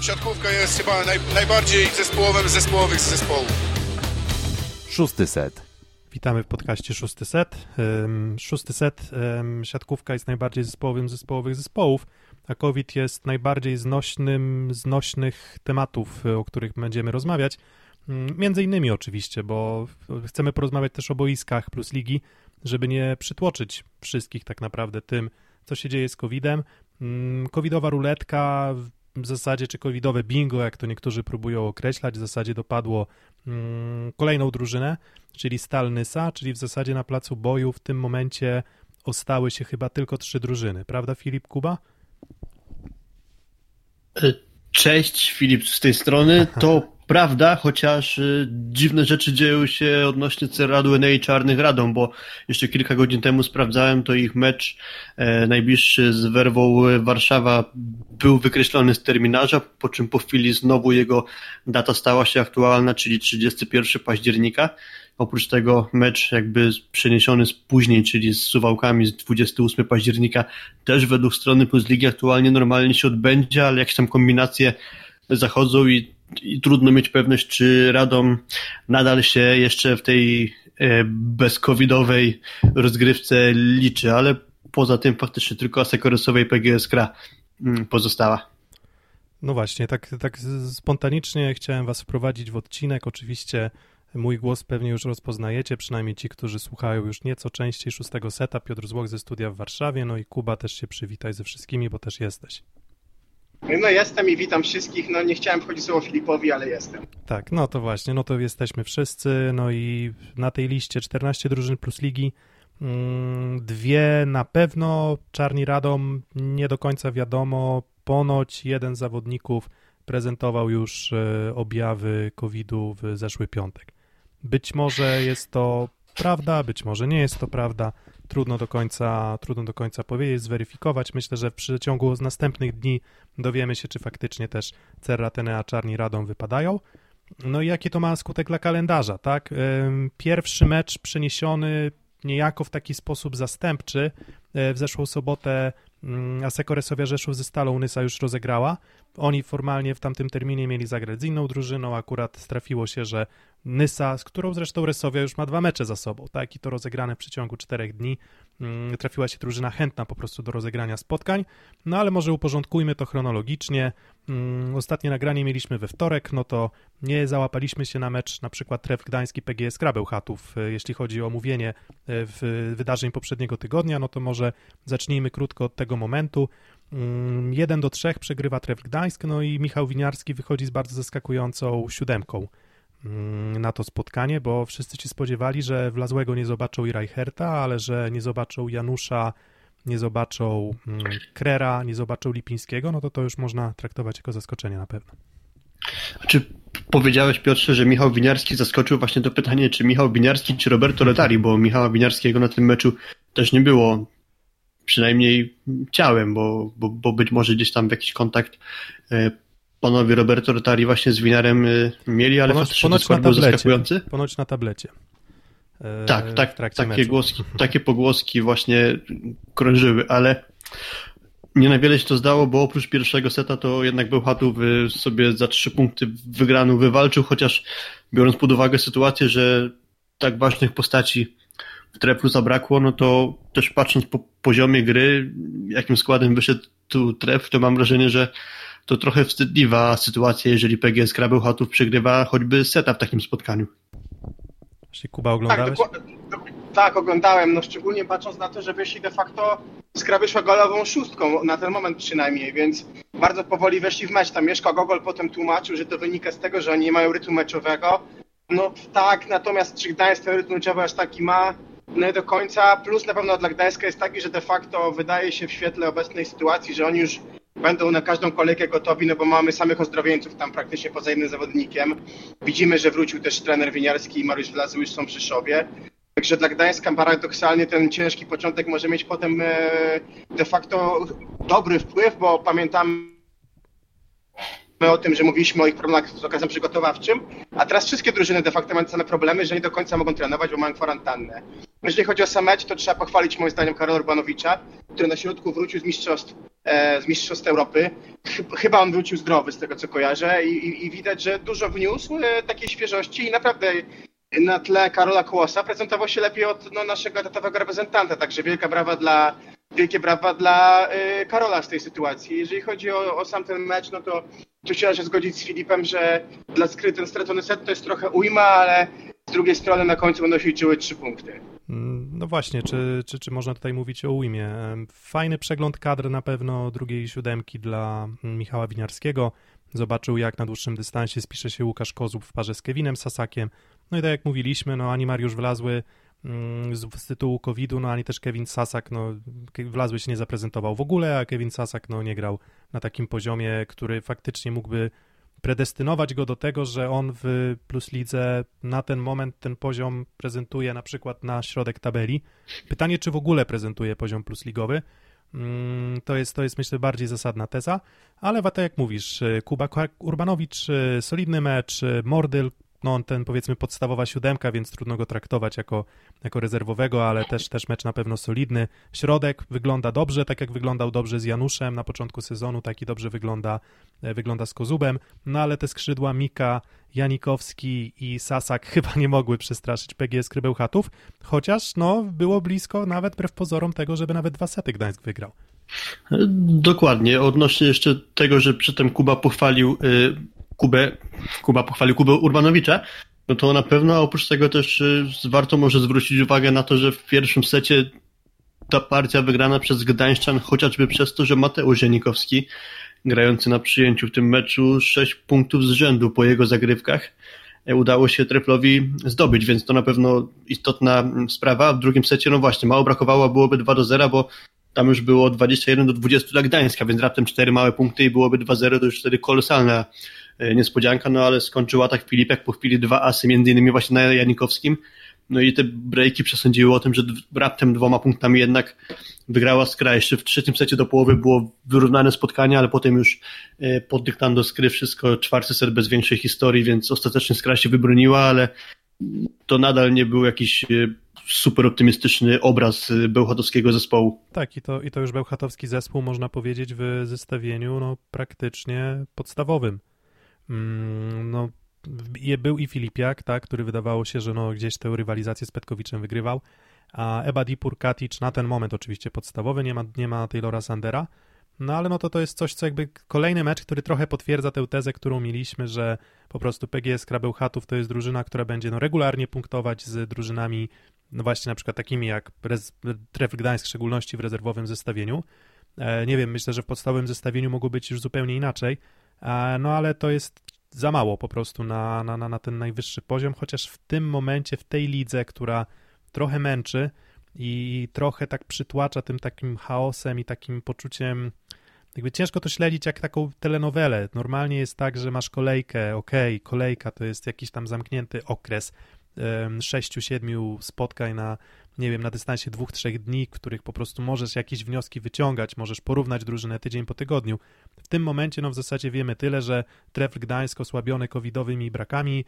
Siatkówka jest chyba najbardziej zespołowym z zespołowych z zespołów. Szósty set. Witamy w podcaście Szósty Set. Szósty set, siatkówka jest najbardziej zespołowym z zespołowych zespołów, a COVID jest najbardziej znośnych tematów, o których będziemy rozmawiać. Między innymi oczywiście, bo chcemy porozmawiać też o boiskach plus ligi, żeby nie przytłoczyć wszystkich tak naprawdę tym, co się dzieje z COVID-em. Covidowa ruletka w zasadzie, czy covidowe bingo, jak to niektórzy próbują określać, w zasadzie dopadło kolejną drużynę, czyli Stal Nysa, czyli w zasadzie na placu boju w tym momencie ostały się chyba tylko 3 drużyny. Prawda, Filip, Kuba? Cześć, Filip z tej strony. To prawda, chociaż dziwne rzeczy dzieją się odnośnie Cerradu Enei Czarnych Radom, bo jeszcze kilka godzin temu sprawdzałem, to ich mecz najbliższy z Werwą Warszawa był wykreślony z terminarza, po czym po chwili znowu jego data stała się aktualna, czyli 31 października. Oprócz tego mecz jakby przeniesiony z później, czyli z Suwałkami z 28 października też według strony Plus Ligi aktualnie normalnie się odbędzie, ale jakieś tam kombinacje zachodzą i trudno mieć pewność, czy Radom nadal się jeszcze w tej bezcovidowej rozgrywce liczy, ale poza tym faktycznie tylko Asekoresowa i PGS Kra pozostała. No właśnie, tak spontanicznie chciałem was wprowadzić w odcinek. Oczywiście mój głos pewnie już rozpoznajecie, przynajmniej ci, którzy słuchają już nieco częściej Szóstego Seta. Piotr Złoch ze studia w Warszawie, no i Kuba, też się przywitaj ze wszystkimi, bo też jesteś. No jestem i witam wszystkich, no nie chciałem wchodzić słowo Filipowi, ale jestem. Tak, no to właśnie, no to jesteśmy wszyscy, no i na tej liście 14 drużyn plus ligi, 2 na pewno, Czarni Radom nie do końca wiadomo, ponoć jeden z zawodników prezentował już objawy COVID-u w zeszły piątek. Być może jest to prawda, być może nie jest to prawda, trudno do końca powiedzieć, zweryfikować. Myślę, że w przeciągu następnych dni dowiemy się, czy faktycznie też Cerrat Enea Czarni Radom wypadają. No i jaki to ma skutek dla kalendarza, tak? Pierwszy mecz przeniesiony niejako w taki sposób zastępczy. W zeszłą sobotę Asseco Resovia Rzeszów ze Stalą Nysa już rozegrała. Oni formalnie w tamtym terminie mieli zagrać z inną drużyną, akurat trafiło się, że Nysa, z którą zresztą Resovia już ma 2 mecze za sobą, tak, i to rozegrane w przeciągu 4 dni, trafiła się drużyna chętna po prostu do rozegrania spotkań, no ale może uporządkujmy to chronologicznie. Ostatnie nagranie mieliśmy we wtorek, no to nie załapaliśmy się na mecz na przykład Tref Gdański PGS Kra Bełchatów, jeśli chodzi o omówienie wydarzeń poprzedniego tygodnia, no to może zacznijmy krótko od tego momentu. 1-3 przegrywa Tref Gdańsk, no i Michał Winiarski wychodzi z bardzo zaskakującą 7 na to spotkanie, bo wszyscy się spodziewali, że Wlazłego nie zobaczą i Reicherta, ale że nie zobaczą Janusza, nie zobaczą Krera, nie zobaczą Lipińskiego, no to już można traktować jako zaskoczenie na pewno. Czy powiedziałeś, Piotrze, że Michał Winiarski zaskoczył? Właśnie to pytanie, czy Michał Winiarski, czy Roberto Letari, bo Michała Winiarskiego na tym meczu też nie było, przynajmniej ciałem, bo być może gdzieś tam jakiś kontakt panowie Roberto Letari właśnie z Winarem mieli, ale faktycznie skład był zaskakujący. Ponoć na tablecie. Tak, takie pogłoski właśnie krążyły, ale nie na wiele się to zdało, bo oprócz pierwszego seta to jednak Bełchatów sobie za 3 punkty wygraną wywalczył, chociaż biorąc pod uwagę sytuację, że tak ważnych postaci w Treflu zabrakło, no to też patrząc po poziomie gry, jakim składem wyszedł tu Tref, to mam wrażenie, że to trochę wstydliwa sytuacja, jeżeli PGS Kra Bełchatów przegrywa choćby seta w takim spotkaniu. Czy Kuba oglądałeś? Tak, oglądałem, no szczególnie patrząc na to, że wyszli de facto z Kra wyszła golową 6, na ten moment przynajmniej, więc bardzo powoli weszli w mecz. Tam Mieszko Gogol potem tłumaczył, że to wynika z tego, że oni nie mają rytmu meczowego. No tak, natomiast czy Gdańsk ten rytm meczowy aż taki ma? No nie do końca. Plus na pewno dla Gdańska jest taki, że de facto wydaje się w świetle obecnej sytuacji, że oni już będą na każdą kolejkę gotowi, no bo mamy samych ozdrowieńców tam praktycznie poza jednym zawodnikiem. Widzimy, że wrócił też trener Winiarski i Mariusz Wlazły już są przy Szobie. Także dla Gdańska paradoksalnie ten ciężki początek może mieć potem de facto dobry wpływ, bo pamiętamy o tym, że mówiliśmy o ich problemach z okazem przygotowawczym, a teraz wszystkie drużyny de facto mają te same problemy, że nie do końca mogą trenować, bo mają kwarantannę. Jeżeli chodzi o sam mecz, to trzeba pochwalić moim zdaniem Karola Urbanowicza, który na środku wrócił z mistrzostw Europy. Chyba on wrócił zdrowy, z tego co kojarzę, i widać, że dużo wniósł takiej świeżości i naprawdę na tle Karola Kłosa prezentował się lepiej od naszego etatowego reprezentanta, także wielkie brawa dla Karola z tej sytuacji. Jeżeli chodzi o sam ten mecz, no to tu się należy zgodzić z Filipem, że dla Skry ten stracony set to jest trochę ujma, ale z drugiej strony na końcu będą się liczyły 3 punkty. No właśnie, czy można tutaj mówić o ujmie? Fajny przegląd kadr na pewno drugiej siódemki dla Michała Winiarskiego. Zobaczył, jak na dłuższym dystansie spisze się Łukasz Kozub w parze z Kevinem Sasakiem. No i tak jak mówiliśmy, ani Mariusz Wlazły z tytułu COVID-u, ani też Kevin Sasak, Wlazły się nie zaprezentował w ogóle, a Kevin Sasak nie grał na takim poziomie, który faktycznie mógłby predestynować go do tego, że on w Plus Lidze na ten moment ten poziom prezentuje na przykład na środek tabeli. Pytanie, czy w ogóle prezentuje poziom plusligowy. To jest myślę bardziej zasadna teza, ale tak jak mówisz, Kuba Urbanowicz, solidny mecz, Mordyl, ten powiedzmy podstawowa siódemka, więc trudno go traktować jako rezerwowego, ale też mecz na pewno solidny. Środek wygląda dobrze, tak jak wyglądał dobrze z Januszem na początku sezonu, taki dobrze wygląda z Kozubem, ale te skrzydła Mika, Janikowski i Sasak chyba nie mogły przestraszyć PGS Krybełchatów, chociaż było blisko nawet wbrew pozorom tego, żeby nawet 2 sety Gdańsk wygrał. Dokładnie, odnośnie jeszcze tego, że przedtem Kuba pochwalił Kubę Urbanowicza, no to na pewno oprócz tego też warto może zwrócić uwagę na to, że w pierwszym secie ta partia wygrana przez Gdańszczan, chociażby przez to, że Mateusz Janikowski, grający na przyjęciu w tym meczu, 6 punktów z rzędu po jego zagrywkach udało się Treflowi zdobyć, więc to na pewno istotna sprawa. W drugim secie, właśnie, mało brakowało, byłoby 2-0, bo tam już było 21-20 dla Gdańska, więc raptem 4 małe punkty i byłoby 2-0, to już wtedy kolosalna niespodzianka, ale skończył atak Filipek, po chwili 2 asy, między innymi właśnie na Janikowskim, i te breaki przesądziły o tym, że raptem 2 punktami jednak wygrała Skra. Jeszcze w trzecim secie do połowy było wyrównane spotkanie, ale potem już pod dyktando Skry wszystko, 4. set bez większej historii, więc ostatecznie Skra się wybroniła, ale to nadal nie był jakiś super optymistyczny obraz bełchatowskiego zespołu. Tak, i to już bełchatowski zespół, można powiedzieć, w zestawieniu praktycznie podstawowym. Był i Filipiak, który wydawało się, że gdzieś tę rywalizację z Petkowiczem wygrywał, a Ebadipur Katic na ten moment oczywiście podstawowy, nie ma Taylora Sandera, ale to jest coś, co jakby kolejny mecz, który trochę potwierdza tę tezę, którą mieliśmy, że po prostu PGS Krybełchatów to jest drużyna, która będzie regularnie punktować z drużynami właśnie na przykład takimi jak Tref Gdańsk, w szczególności w rezerwowym zestawieniu. Nie wiem, myślę, że w podstawowym zestawieniu mogło być już zupełnie inaczej, ale to jest za mało po prostu na ten najwyższy poziom, chociaż w tym momencie, w tej lidze, która trochę męczy i trochę tak przytłacza tym takim chaosem i takim poczuciem, jakby ciężko to śledzić jak taką telenowelę. Normalnie jest tak, że masz kolejkę, kolejka to jest jakiś tam zamknięty okres 6-7 spotkań na dystansie 2-3 dni, w których po prostu możesz jakieś wnioski wyciągać, możesz porównać drużynę tydzień po tygodniu. W tym momencie w zasadzie wiemy tyle, że Trefl Gdańsk osłabiony covidowymi brakami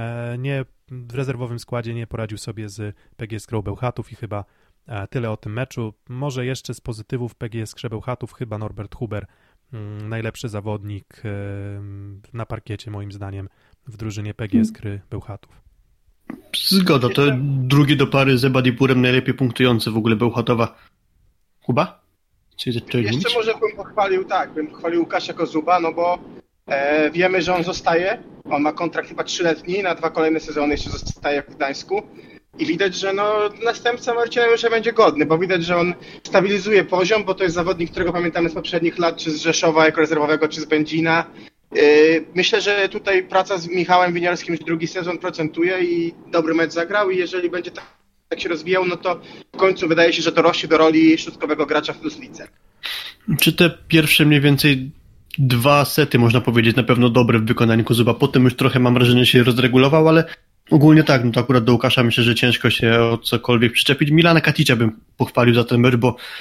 w rezerwowym składzie nie poradził sobie z PGS Bełchatów i chyba tyle o tym meczu. Może jeszcze z pozytywów PGS Bełchatów chyba Norbert Huber, najlepszy zawodnik na parkiecie moim zdaniem w drużynie PGS Bełchatów. Zgoda, to drugi do pary z Ebadipurem najlepiej punktujący w ogóle Bełchatowa. Kuba? Jeszcze może bym pochwalił Łukasza Kozuba, bo wiemy, że on zostaje. On ma kontrakt chyba 3-letni, na 2 kolejne sezony jeszcze zostaje w Gdańsku. I widać, że następca Marcina już będzie godny, bo widać, że on stabilizuje poziom, bo to jest zawodnik, którego pamiętamy z poprzednich lat, czy z Rzeszowa jako rezerwowego, czy z Będzina. Myślę, że tutaj praca z Michałem Winiarskim już drugi sezon procentuje i dobry mecz zagrał i jeżeli będzie tak się rozwijał, to w końcu wydaje się, że to rośnie do roli środkowego gracza w Plus Lidze. Czy te pierwsze mniej więcej 2 sety, można powiedzieć, na pewno dobre w wykonaniu Kozuba, potem już trochę mam wrażenie, się rozregulował, ale ogólnie tak, to akurat do Łukasza myślę, że ciężko się o cokolwiek przyczepić. Milana Katicia bym pochwalił za ten mecz, bo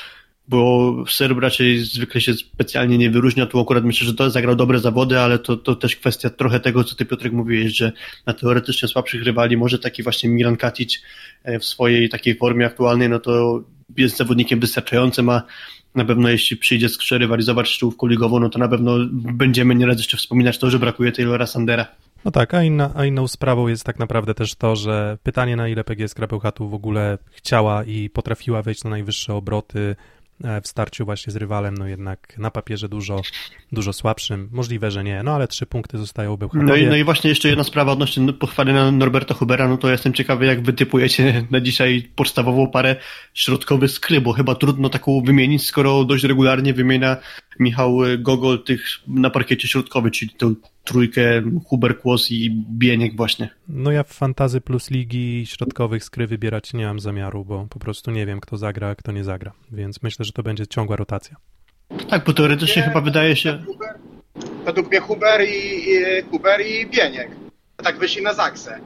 bo Serb raczej zwykle się specjalnie nie wyróżnia. Tu akurat myślę, że to zagrał dobre zawody, ale to też kwestia trochę tego, co ty, Piotrek, mówiłeś, że na teoretycznie słabszych rywali może taki właśnie Milan Katic w swojej takiej formie aktualnej, no to jest zawodnikiem wystarczającym, a na pewno jeśli przyjdzie z Krze rywalizować z czołówką ligową, no to na pewno będziemy nieraz jeszcze wspominać to, że brakuje Taylora Sandera. No tak, a inną sprawą jest tak naprawdę też to, że pytanie, na ile PGS Krabełchatów w ogóle chciała i potrafiła wejść na najwyższe obroty w starciu właśnie z rywalem, no jednak na papierze dużo słabszym. Możliwe, że nie, no ale 3 punkty zostają Bełchatowie. No i właśnie jeszcze jedna sprawa odnośnie pochwały na Norberta Hubera, no to jestem ciekawy, jak wy typujecie na dzisiaj podstawową parę środkowy Skry, bo chyba trudno taką wymienić, skoro dość regularnie wymienia Michał Gogol tych na parkiecie środkowy, czyli tą trójkę Huber, Kłos i Bieniek właśnie. No ja w Fantasy Plus Ligi środkowych Skry wybierać nie mam zamiaru, bo po prostu nie wiem, kto zagra, a kto nie zagra, więc myślę, że to będzie ciągła rotacja. Tak, bo teoretycznie chyba wydaje się... Według mnie Huber i Bieniek. Tak wyszli na Zaksę.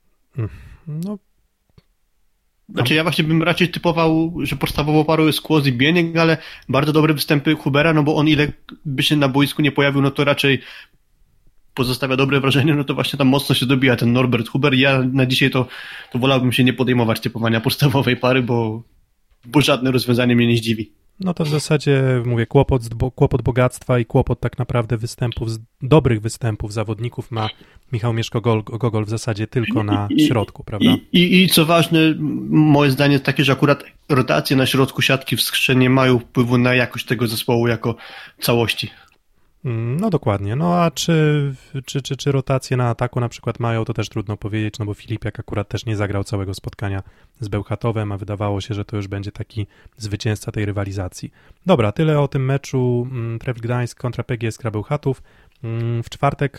No, Znaczy ja właśnie bym raczej typował, że podstawową parą jest Kłos i Bieniek, ale bardzo dobre występy Hubera, no bo on ile by się na boisku nie pojawił, no to raczej pozostawia dobre wrażenie, no to właśnie tam mocno się dobija ten Norbert Huber. Ja na dzisiaj to wolałbym się nie podejmować typowania podstawowej pary, bo żadne rozwiązanie mnie nie zdziwi. no to w zasadzie, mówię, kłopot bogactwa i kłopot tak naprawdę dobrych występów zawodników ma Michał Mieszko-Gogol w zasadzie tylko na środku, prawda? I co ważne, moje zdanie jest takie, że akurat rotacje na środku siatki w Skrze nie mają wpływu na jakość tego zespołu jako całości. No dokładnie, no a czy rotacje na ataku na przykład mają, to też trudno powiedzieć, no bo Filipiak akurat też nie zagrał całego spotkania z Bełchatowem, a wydawało się, że to już będzie taki zwycięzca tej rywalizacji. Dobra, tyle o tym meczu Tref Gdańsk kontra PGS Krabełchatów. W czwartek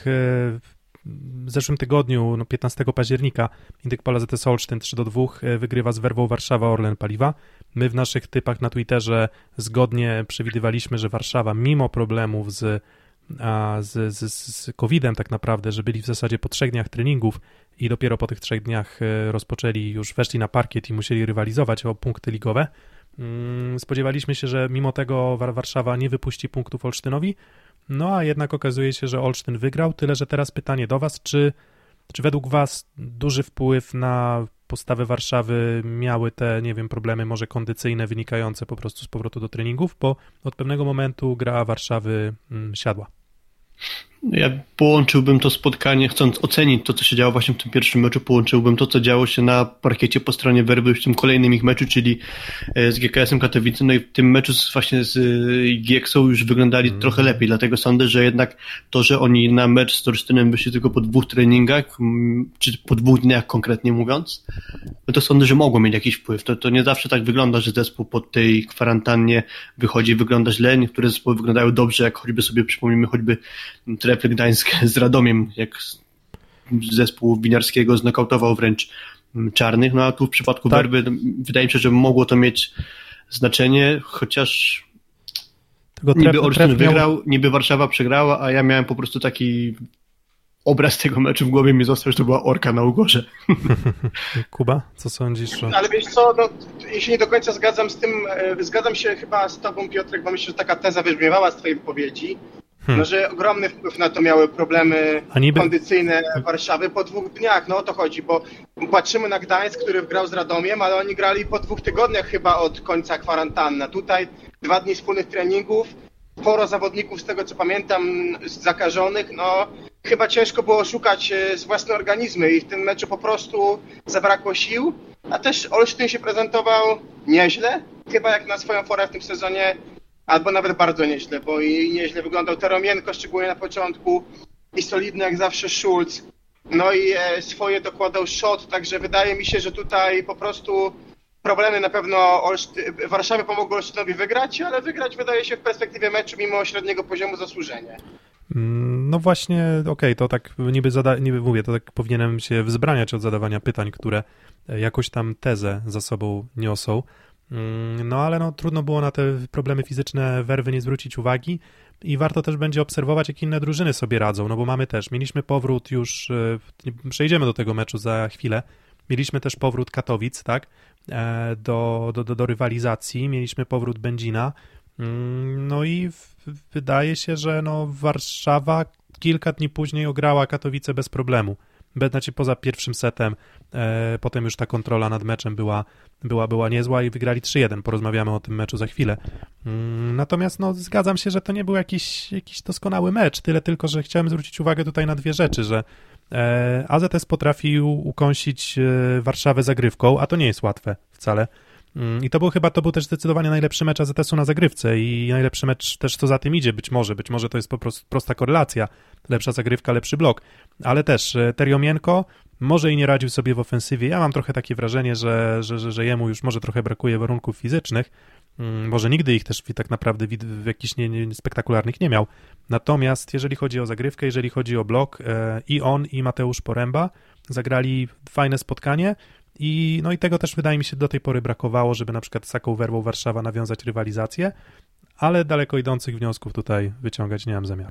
w zeszłym tygodniu, 15 października, Indyk Pola ZS Olsztyn 3-2 wygrywa z Werwą Warszawa Orlen Paliwa. My w naszych typach na Twitterze zgodnie przewidywaliśmy, że Warszawa mimo problemów z COVID-em tak naprawdę, że byli w zasadzie po 3 dniach treningów i dopiero po tych 3 dniach weszli na parkiet i musieli rywalizować o punkty ligowe. Spodziewaliśmy się, że mimo tego Warszawa nie wypuści punktów Olsztynowi, no a jednak okazuje się, że Olsztyn wygrał, tyle że teraz pytanie do was, czy według was duży wpływ na postawę Warszawy miały te, nie wiem, problemy może kondycyjne wynikające po prostu z powrotu do treningów, bo od pewnego momentu gra Warszawy siadła. Ja połączyłbym to spotkanie, chcąc ocenić to, co się działo właśnie w tym pierwszym meczu, połączyłbym to, co działo się na parkiecie po stronie Werwy w tym kolejnym ich meczu, czyli z GKS-em Katowice. No i w tym meczu właśnie z Gieksą już wyglądali trochę lepiej, dlatego sądzę, że jednak to, że oni na mecz z Olsztynem wyszli tylko po 2 treningach, czy po 2 dniach konkretnie mówiąc, no to sądzę, że mogło mieć jakiś wpływ. To nie zawsze tak wygląda, że zespół po tej kwarantannie wychodzi i wygląda źle. Niektóre zespoły wyglądają dobrze, jak choćby sobie przypomnimy choćby Trefl Gdańsk z Radomiem, jak zespół Winiarskiego znokautował wręcz czarnych, no a tu w przypadku Werwy wydaje mi się, że mogło to mieć znaczenie, chociaż niby Olsztyn wygrał, niby Warszawa przegrała, a ja miałem po prostu taki obraz tego meczu w głowie mi został, że to była orka na ugorze. Kuba, co sądzisz? Ale wiesz co, no, jeśli nie do końca zgadzam z tym, zgadzam się chyba z tobą, Piotrek, bo myślę, że taka teza wybrzmiewała z twojej wypowiedzi, no, że ogromny wpływ na to miały problemy kondycyjne Warszawy po 2 dniach, no o to chodzi, bo patrzymy na Gdańsk, który grał z Radomiem, ale oni grali po 2 tygodniach chyba od końca kwarantanny. Tutaj 2 dni wspólnych treningów, sporo zawodników z tego co pamiętam zakażonych, no chyba ciężko było szukać z własne organizmy i w tym meczu po prostu zabrakło sił, a też Olsztyn się prezentował nieźle, chyba jak na swoją forę w tym sezonie, albo nawet bardzo nieźle, bo i nieźle wyglądał Teromienko, szczególnie na początku, i solidny jak zawsze Schulz, no i swoje dokładał Szot, także wydaje mi się, że tutaj po prostu problemy na pewno Warszawie pomogły Olsztynowi wygrać, ale wygrać wydaje się w perspektywie meczu mimo średniego poziomu zasłużenie. No właśnie, okej, to tak niby mówię, to tak powinienem się wzbraniać od zadawania pytań, które jakoś tam tezę za sobą niosą. No ale no, trudno było na te problemy fizyczne Werwy nie zwrócić uwagi i warto też będzie obserwować, jak inne drużyny sobie radzą, no bo mieliśmy powrót już, przejdziemy do tego meczu za chwilę, mieliśmy też powrót Katowic, tak, do rywalizacji. Mieliśmy powrót Będzina. No i wydaje się, że Warszawa kilka dni później ograła Katowice bez problemu. Znaczy poza pierwszym setem, potem już ta kontrola nad meczem była niezła i wygrali 3-1. Porozmawiamy o tym meczu za chwilę. Natomiast zgadzam się, że to nie był jakiś doskonały mecz, tyle tylko, że chciałem zwrócić uwagę tutaj na dwie rzeczy, że AZS potrafił ukąsić Warszawę zagrywką, a to nie jest łatwe wcale. I to był też zdecydowanie najlepszy mecz AZS-u na zagrywce i najlepszy mecz też co za tym idzie, być może to jest po prostu prosta korelacja, lepsza zagrywka, lepszy blok, ale też Teriomienko może i nie radził sobie w ofensywie, ja mam trochę takie wrażenie, że jemu już może trochę brakuje warunków fizycznych, może nigdy ich też tak naprawdę w jakichś spektakularnych nie miał, natomiast jeżeli chodzi o zagrywkę, jeżeli chodzi o blok, i on i Mateusz Poręba zagrali fajne spotkanie. I tego też wydaje mi się do tej pory brakowało, żeby na przykład z taką werwą Warszawa nawiązać rywalizację, ale daleko idących wniosków tutaj wyciągać nie mam zamiaru.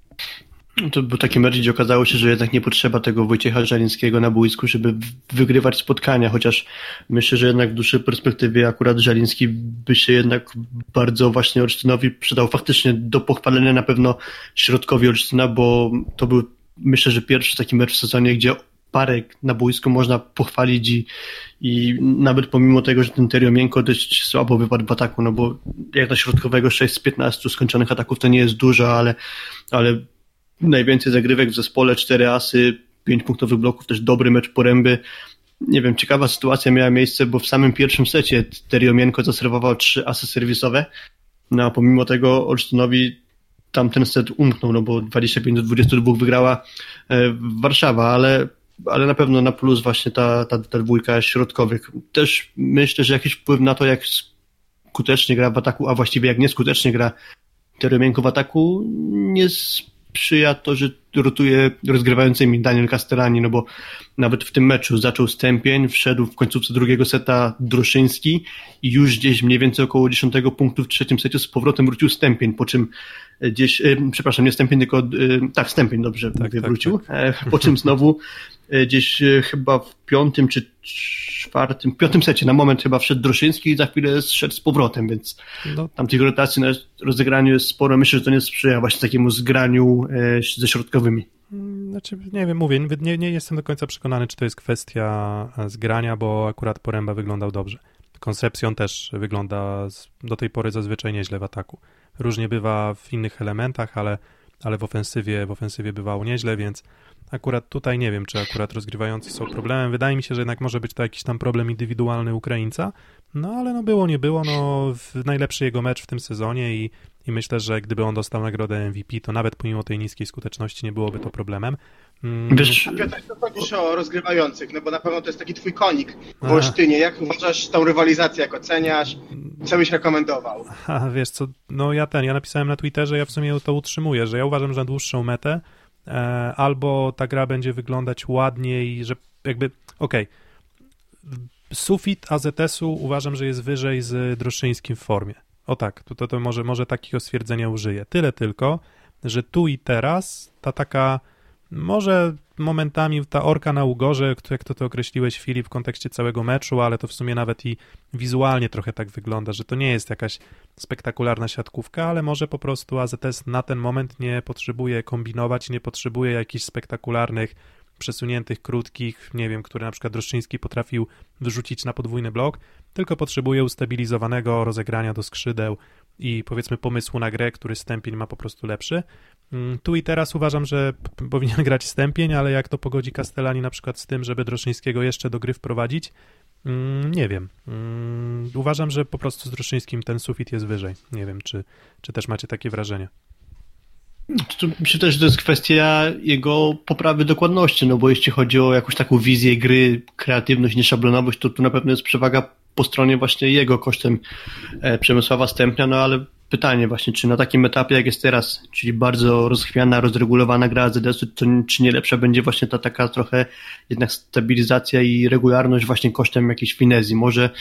To był taki mecz, gdzie okazało się, że jednak nie potrzeba tego Wojciecha Żalińskiego na boisku, żeby wygrywać spotkania, chociaż myślę, że jednak w dłuższej perspektywie akurat Żaliński by się jednak bardzo właśnie Olsztynowi przydał faktycznie do pochwalenia na pewno środkowi Olsztyna, bo to był myślę, że pierwszy taki mecz w sezonie, gdzie parek na boisku można pochwalić i nawet pomimo tego, że ten Teriomienko dość słabo wypadł w ataku, bo jak na środkowego 6 z 15 skończonych ataków to nie jest dużo, ale najwięcej zagrywek w zespole, 4 asy, 5 punktowych bloków, też dobry mecz Poręby. Nie wiem, ciekawa sytuacja miała miejsce, bo w samym pierwszym secie Teriomienko zaserwował 3 asy serwisowe, a pomimo tego Olsztynowi tamten set umknął, bo 25-22 wygrała Warszawa, ale na pewno na plus właśnie ta dwójka środkowych. Też myślę, że jakiś wpływ na to, jak skutecznie gra w ataku, a właściwie jak nieskutecznie gra Teriomienko w ataku, nie sprzyja to, że rotuje rozgrywającymi Daniel Castellani, bo nawet w tym meczu zaczął Stępień, wszedł w końcówce drugiego seta Droszyński i już gdzieś mniej więcej około 10 punktu w trzecim secie z powrotem wrócił Stępień, po czym gdzieś, przepraszam, nie Stępień, tylko Stępień, dobrze wrócił, po czym znowu gdzieś chyba w piątym secie na moment chyba wszedł Droszyński i za chwilę zszedł z powrotem, więc tam tych rotacji na rozegraniu jest sporo. Myślę, że to nie sprzyja właśnie takiemu zgraniu ze środkowymi. Znaczy, nie wiem, mówię, nie jestem do końca przekonany, czy to jest kwestia zgrania, bo akurat Poręba wyglądał dobrze. Concepcion też wygląda do tej pory zazwyczaj nieźle w ataku. Różnie bywa w innych elementach, ale w ofensywie bywało nieźle, więc akurat tutaj nie wiem, czy akurat rozgrywający są problemem. Wydaje mi się, że jednak może być to jakiś tam problem indywidualny Ukraińca, ale było, nie było, najlepszy jego mecz w tym sezonie i myślę, że gdyby on dostał nagrodę MVP, to nawet pomimo tej niskiej skuteczności nie byłoby to problemem. Wiesz, Piotr, to chodzisz o rozgrywających, bo na pewno to jest taki twój konik w Olsztynie. Jak uważasz tą rywalizację, jak oceniasz? Co byś rekomendował? Wiesz co, ja napisałem na Twitterze, ja w sumie to utrzymuję, że ja uważam, że na dłuższą metę albo ta gra będzie wyglądać ładniej, że jakby, sufit AZS-u uważam, że jest wyżej z Droszyńskim w formie. O tak, to może takiego stwierdzenia użyję. Tyle tylko, że tu i teraz ta taka, może momentami ta orka na ugorze, jak to określiłeś, Filip, w kontekście całego meczu, ale to w sumie nawet i wizualnie trochę tak wygląda, że to nie jest jakaś spektakularna siatkówka, ale może po prostu AZS na ten moment nie potrzebuje kombinować, nie potrzebuje jakichś spektakularnych, przesuniętych, krótkich, nie wiem, które na przykład Droszyński potrafił wyrzucić na podwójny blok, tylko potrzebuje ustabilizowanego rozegrania do skrzydeł i powiedzmy pomysłu na grę, który Stępień ma po prostu lepszy. Tu i teraz uważam, że powinien grać Stępień, ale jak to pogodzi Castellani na przykład z tym, żeby Droszyńskiego jeszcze do gry wprowadzić, nie wiem. Uważam, że po prostu z Droszyńskim ten sufit jest wyżej. Nie wiem, czy też macie takie wrażenie. Myślę też, że to jest kwestia jego poprawy dokładności, bo jeśli chodzi o jakąś taką wizję gry, kreatywność, nieszablonowość, to tu na pewno jest przewaga po stronie właśnie jego kosztem Przemysława Stępnia, ale pytanie właśnie, czy na takim etapie jak jest teraz, czyli bardzo rozchwiana, rozregulowana gra AZS-u, to czy nie lepsza będzie właśnie ta taka trochę jednak stabilizacja i regularność właśnie kosztem jakiejś finezji.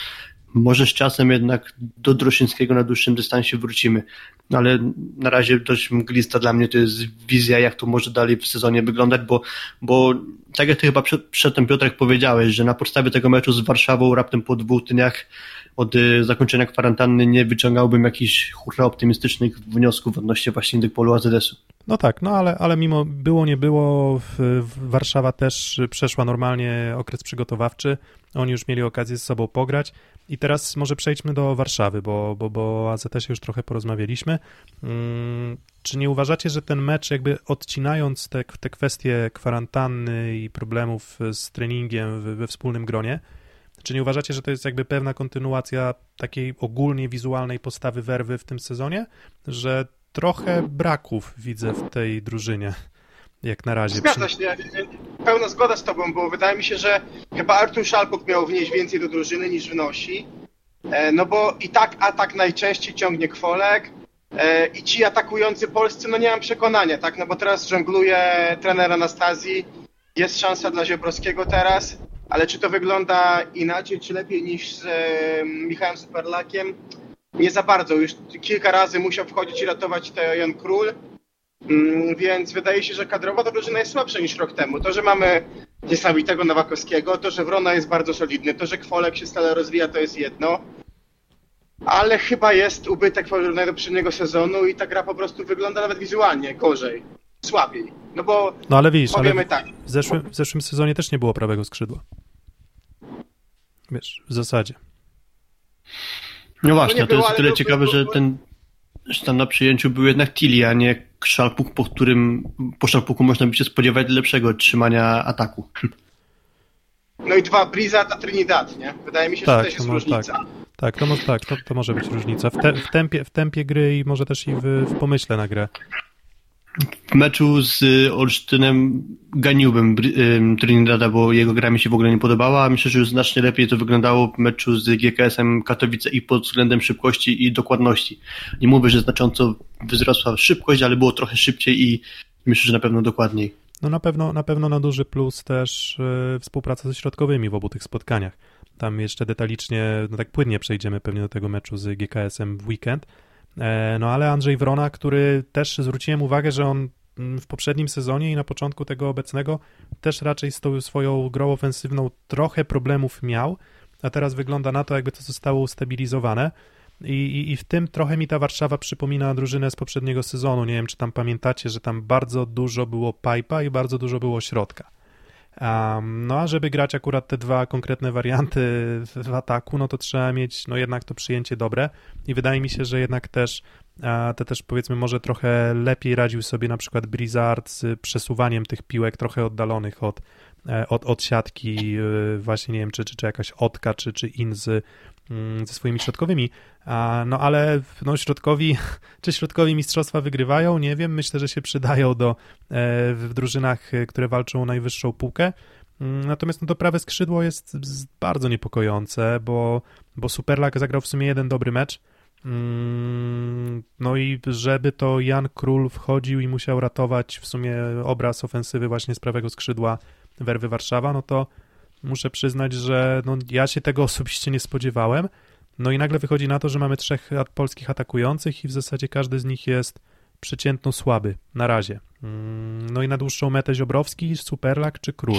może z czasem jednak do Droszyńskiego na dłuższym dystansie wrócimy. No ale na razie dość mglista dla mnie to jest wizja, jak to może dalej w sezonie wyglądać, bo tak jak ty chyba przedtem, Piotrek, powiedziałeś, że na podstawie tego meczu z Warszawą raptem po 2 dniach od zakończenia kwarantanny nie wyciągałbym jakichś hurra optymistycznych wniosków odnośnie właśnie Dykpolu AZS-u. No tak, no ale mimo było nie było, Warszawa też przeszła normalnie okres przygotowawczy, oni już mieli okazję z sobą pograć i teraz może przejdźmy do Warszawy, bo o AZS-ie już trochę porozmawialiśmy. Czy nie uważacie, że ten mecz jakby odcinając te kwestie kwarantanny i problemów z treningiem we wspólnym gronie, czy nie uważacie, że to jest jakby pewna kontynuacja takiej ogólnie wizualnej postawy Werwy w tym sezonie, że trochę braków widzę w tej drużynie, jak na razie. Zgadza się, pełna zgoda z tobą, bo wydaje mi się, że chyba Artur Szalpuk miał wnieść więcej do drużyny niż wnosi, no bo i tak atak najczęściej ciągnie Kwolek i ci atakujący polscy, no nie mam przekonania, tak, no bo teraz żongluje trener Anastazji, jest szansa dla Ziobrowskiego teraz, ale czy to wygląda inaczej, czy lepiej niż z Michałem Superlakiem? Nie za bardzo. Już kilka razy musiał wchodzić i ratować Jan Król, więc wydaje się, że kadrowo ta drużyna jest słabsza niż rok temu. To, że mamy niesamowitego Nowakowskiego, to, że Wrona jest bardzo solidny, to, że Kwolek się stale rozwija, to jest jedno, ale chyba jest ubytek do poprzedniego sezonu i ta gra po prostu wygląda nawet wizualnie gorzej, słabiej. No bo no ale widzisz, powiemy tak. W zeszłym sezonie też nie było prawego skrzydła. Wiesz, w zasadzie. No właśnie, no to jest o tyle ciekawe, że tam na przyjęciu był jednak Tilly, a nie Szalpuk, po Szalpuku można by się spodziewać lepszego trzymania ataku. No i 2 Brizard, a Trinidad, nie? Wydaje mi się, że to też jest różnica. Tak, to może być różnica. W tempie gry i może też i w pomyśle na grę. W meczu z Olsztynem ganiłbym Trinidada, bo jego gra mi się w ogóle nie podobała, a myślę, że już znacznie lepiej to wyglądało w meczu z GKS-em Katowice i pod względem szybkości i dokładności. Nie mówię, że znacząco wzrosła szybkość, ale było trochę szybciej i myślę, że na pewno dokładniej. No na pewno na duży plus też współpraca ze środkowymi w obu tych spotkaniach. Tam jeszcze detalicznie, no tak płynnie przejdziemy pewnie do tego meczu z GKS-em w weekend. No ale Andrzej Wrona, który też zwróciłem uwagę, że on w poprzednim sezonie i na początku tego obecnego też raczej z tą swoją grą ofensywną trochę problemów miał, a teraz wygląda na to, jakby to zostało ustabilizowane i w tym trochę mi ta Warszawa przypomina drużynę z poprzedniego sezonu. Nie wiem, czy tam pamiętacie, że tam bardzo dużo było pipe'a i bardzo dużo było środka. No a żeby grać akurat te 2 konkretne warianty w ataku, no to trzeba mieć no jednak to przyjęcie dobre i wydaje mi się, że jednak też powiedzmy może trochę lepiej radził sobie na przykład Brizard z przesuwaniem tych piłek trochę oddalonych od siatki, właśnie nie wiem, czy jakaś Otka, czy Inzy ze swoimi środkowymi, no ale no środkowi mistrzostwa wygrywają, nie wiem, myślę, że się przydają w drużynach, które walczą o najwyższą półkę, natomiast no to prawe skrzydło jest bardzo niepokojące, bo Superlak zagrał w sumie jeden dobry mecz, no i żeby to Jan Król wchodził i musiał ratować w sumie obraz ofensywy właśnie z prawego skrzydła Werwy Warszawa, no to muszę przyznać, że no, ja się tego osobiście nie spodziewałem. No i nagle wychodzi na to, że mamy 3 polskich atakujących i w zasadzie każdy z nich jest przeciętno słaby na razie. No i na dłuższą metę Ziobrowski, Superlak czy Król?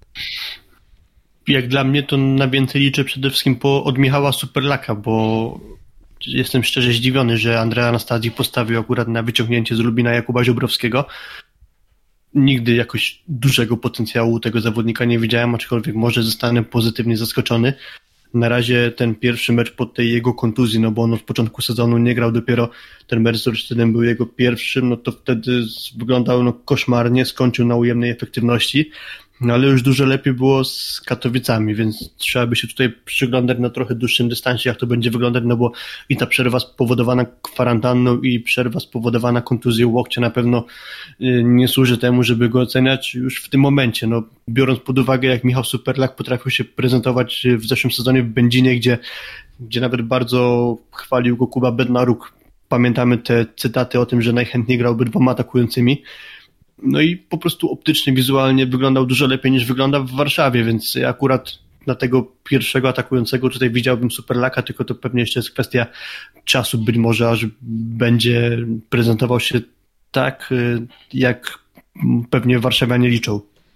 Jak dla mnie to na więcej liczę przede wszystkim od Michała Superlaka, bo jestem szczerze zdziwiony, że Andrzej Anastazji postawił akurat na wyciągnięcie z Lubina Jakuba Ziobrowskiego. Nigdy jakoś dużego potencjału tego zawodnika nie widziałem, aczkolwiek może zostanę pozytywnie zaskoczony. Na razie ten pierwszy mecz po tej jego kontuzji, no bo on od początku sezonu nie grał, dopiero ten mecz z Olsztynem był jego pierwszym, no to wtedy wyglądał no koszmarnie, skończył na ujemnej efektywności, no ale już dużo lepiej było z Katowicami, więc trzeba by się tutaj przyglądać na trochę dłuższym dystansie, jak to będzie wyglądać, no bo i ta przerwa spowodowana kwarantanną i przerwa spowodowana kontuzją łokcia na pewno nie służy temu, żeby go oceniać już w tym momencie, no biorąc pod uwagę, jak Michał Superlak potrafił się prezentować w zeszłym sezonie w Będzinie, gdzie nawet bardzo chwalił go Kuba Bednaruk. Pamiętamy te cytaty o tym, że najchętniej grałby 2 atakującymi. No i po prostu optycznie, wizualnie wyglądał dużo lepiej niż wygląda w Warszawie, więc ja akurat na tego pierwszego atakującego tutaj widziałbym Superlaka, tylko to pewnie jeszcze jest kwestia czasu, być może aż będzie prezentował się tak, jak pewnie warszawianie liczą.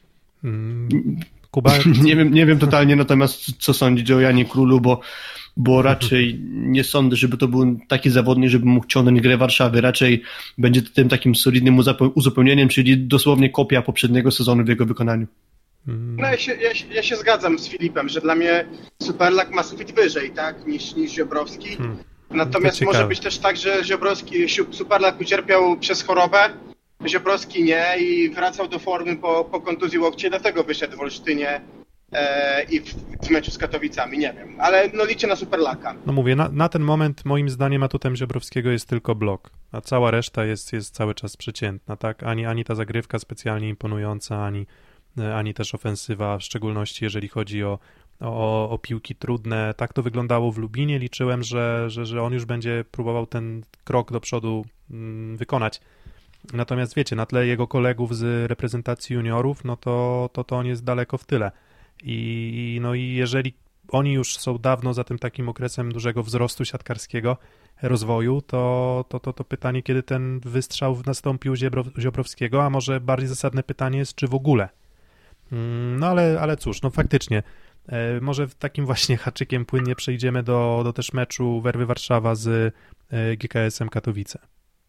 Kuba? Nie wiem totalnie natomiast co sądzić o Janie Królu, bo raczej nie sądzę, żeby to był taki zawodnik, żeby mógł ciągnąć grę Warszawy. Raczej będzie tym takim solidnym uzupełnieniem, czyli dosłownie kopia poprzedniego sezonu w jego wykonaniu. No ja się zgadzam z Filipem, że dla mnie Superlak ma sufit wyżej, tak, niż Ziobrowski. Natomiast może być też tak, że Superlak ucierpiał przez chorobę, Ziobrowski nie i wracał do formy po kontuzji łokcia, dlatego wyszedł w Olsztynie i w meczu z Katowicami, nie wiem, ale no liczę na Superlaka. No mówię, na ten moment moim zdaniem atutem Ziobrowskiego jest tylko blok, a cała reszta jest cały czas przeciętna, tak? Ani ta zagrywka specjalnie imponująca, ani też ofensywa, w szczególności jeżeli chodzi o piłki trudne. Tak to wyglądało w Lubinie, liczyłem, że on już będzie próbował ten krok do przodu wykonać. Natomiast wiecie, na tle jego kolegów z reprezentacji juniorów, no to on jest daleko w tyle. I jeżeli oni już są dawno za tym takim okresem dużego wzrostu siatkarskiego, rozwoju, to pytanie, kiedy ten wystrzał nastąpił Ziobrowskiego, a może bardziej zasadne pytanie jest, czy w ogóle. No ale cóż, no faktycznie, może takim właśnie haczykiem płynnie przejdziemy do też meczu Werwy Warszawa z GKS-em Katowice.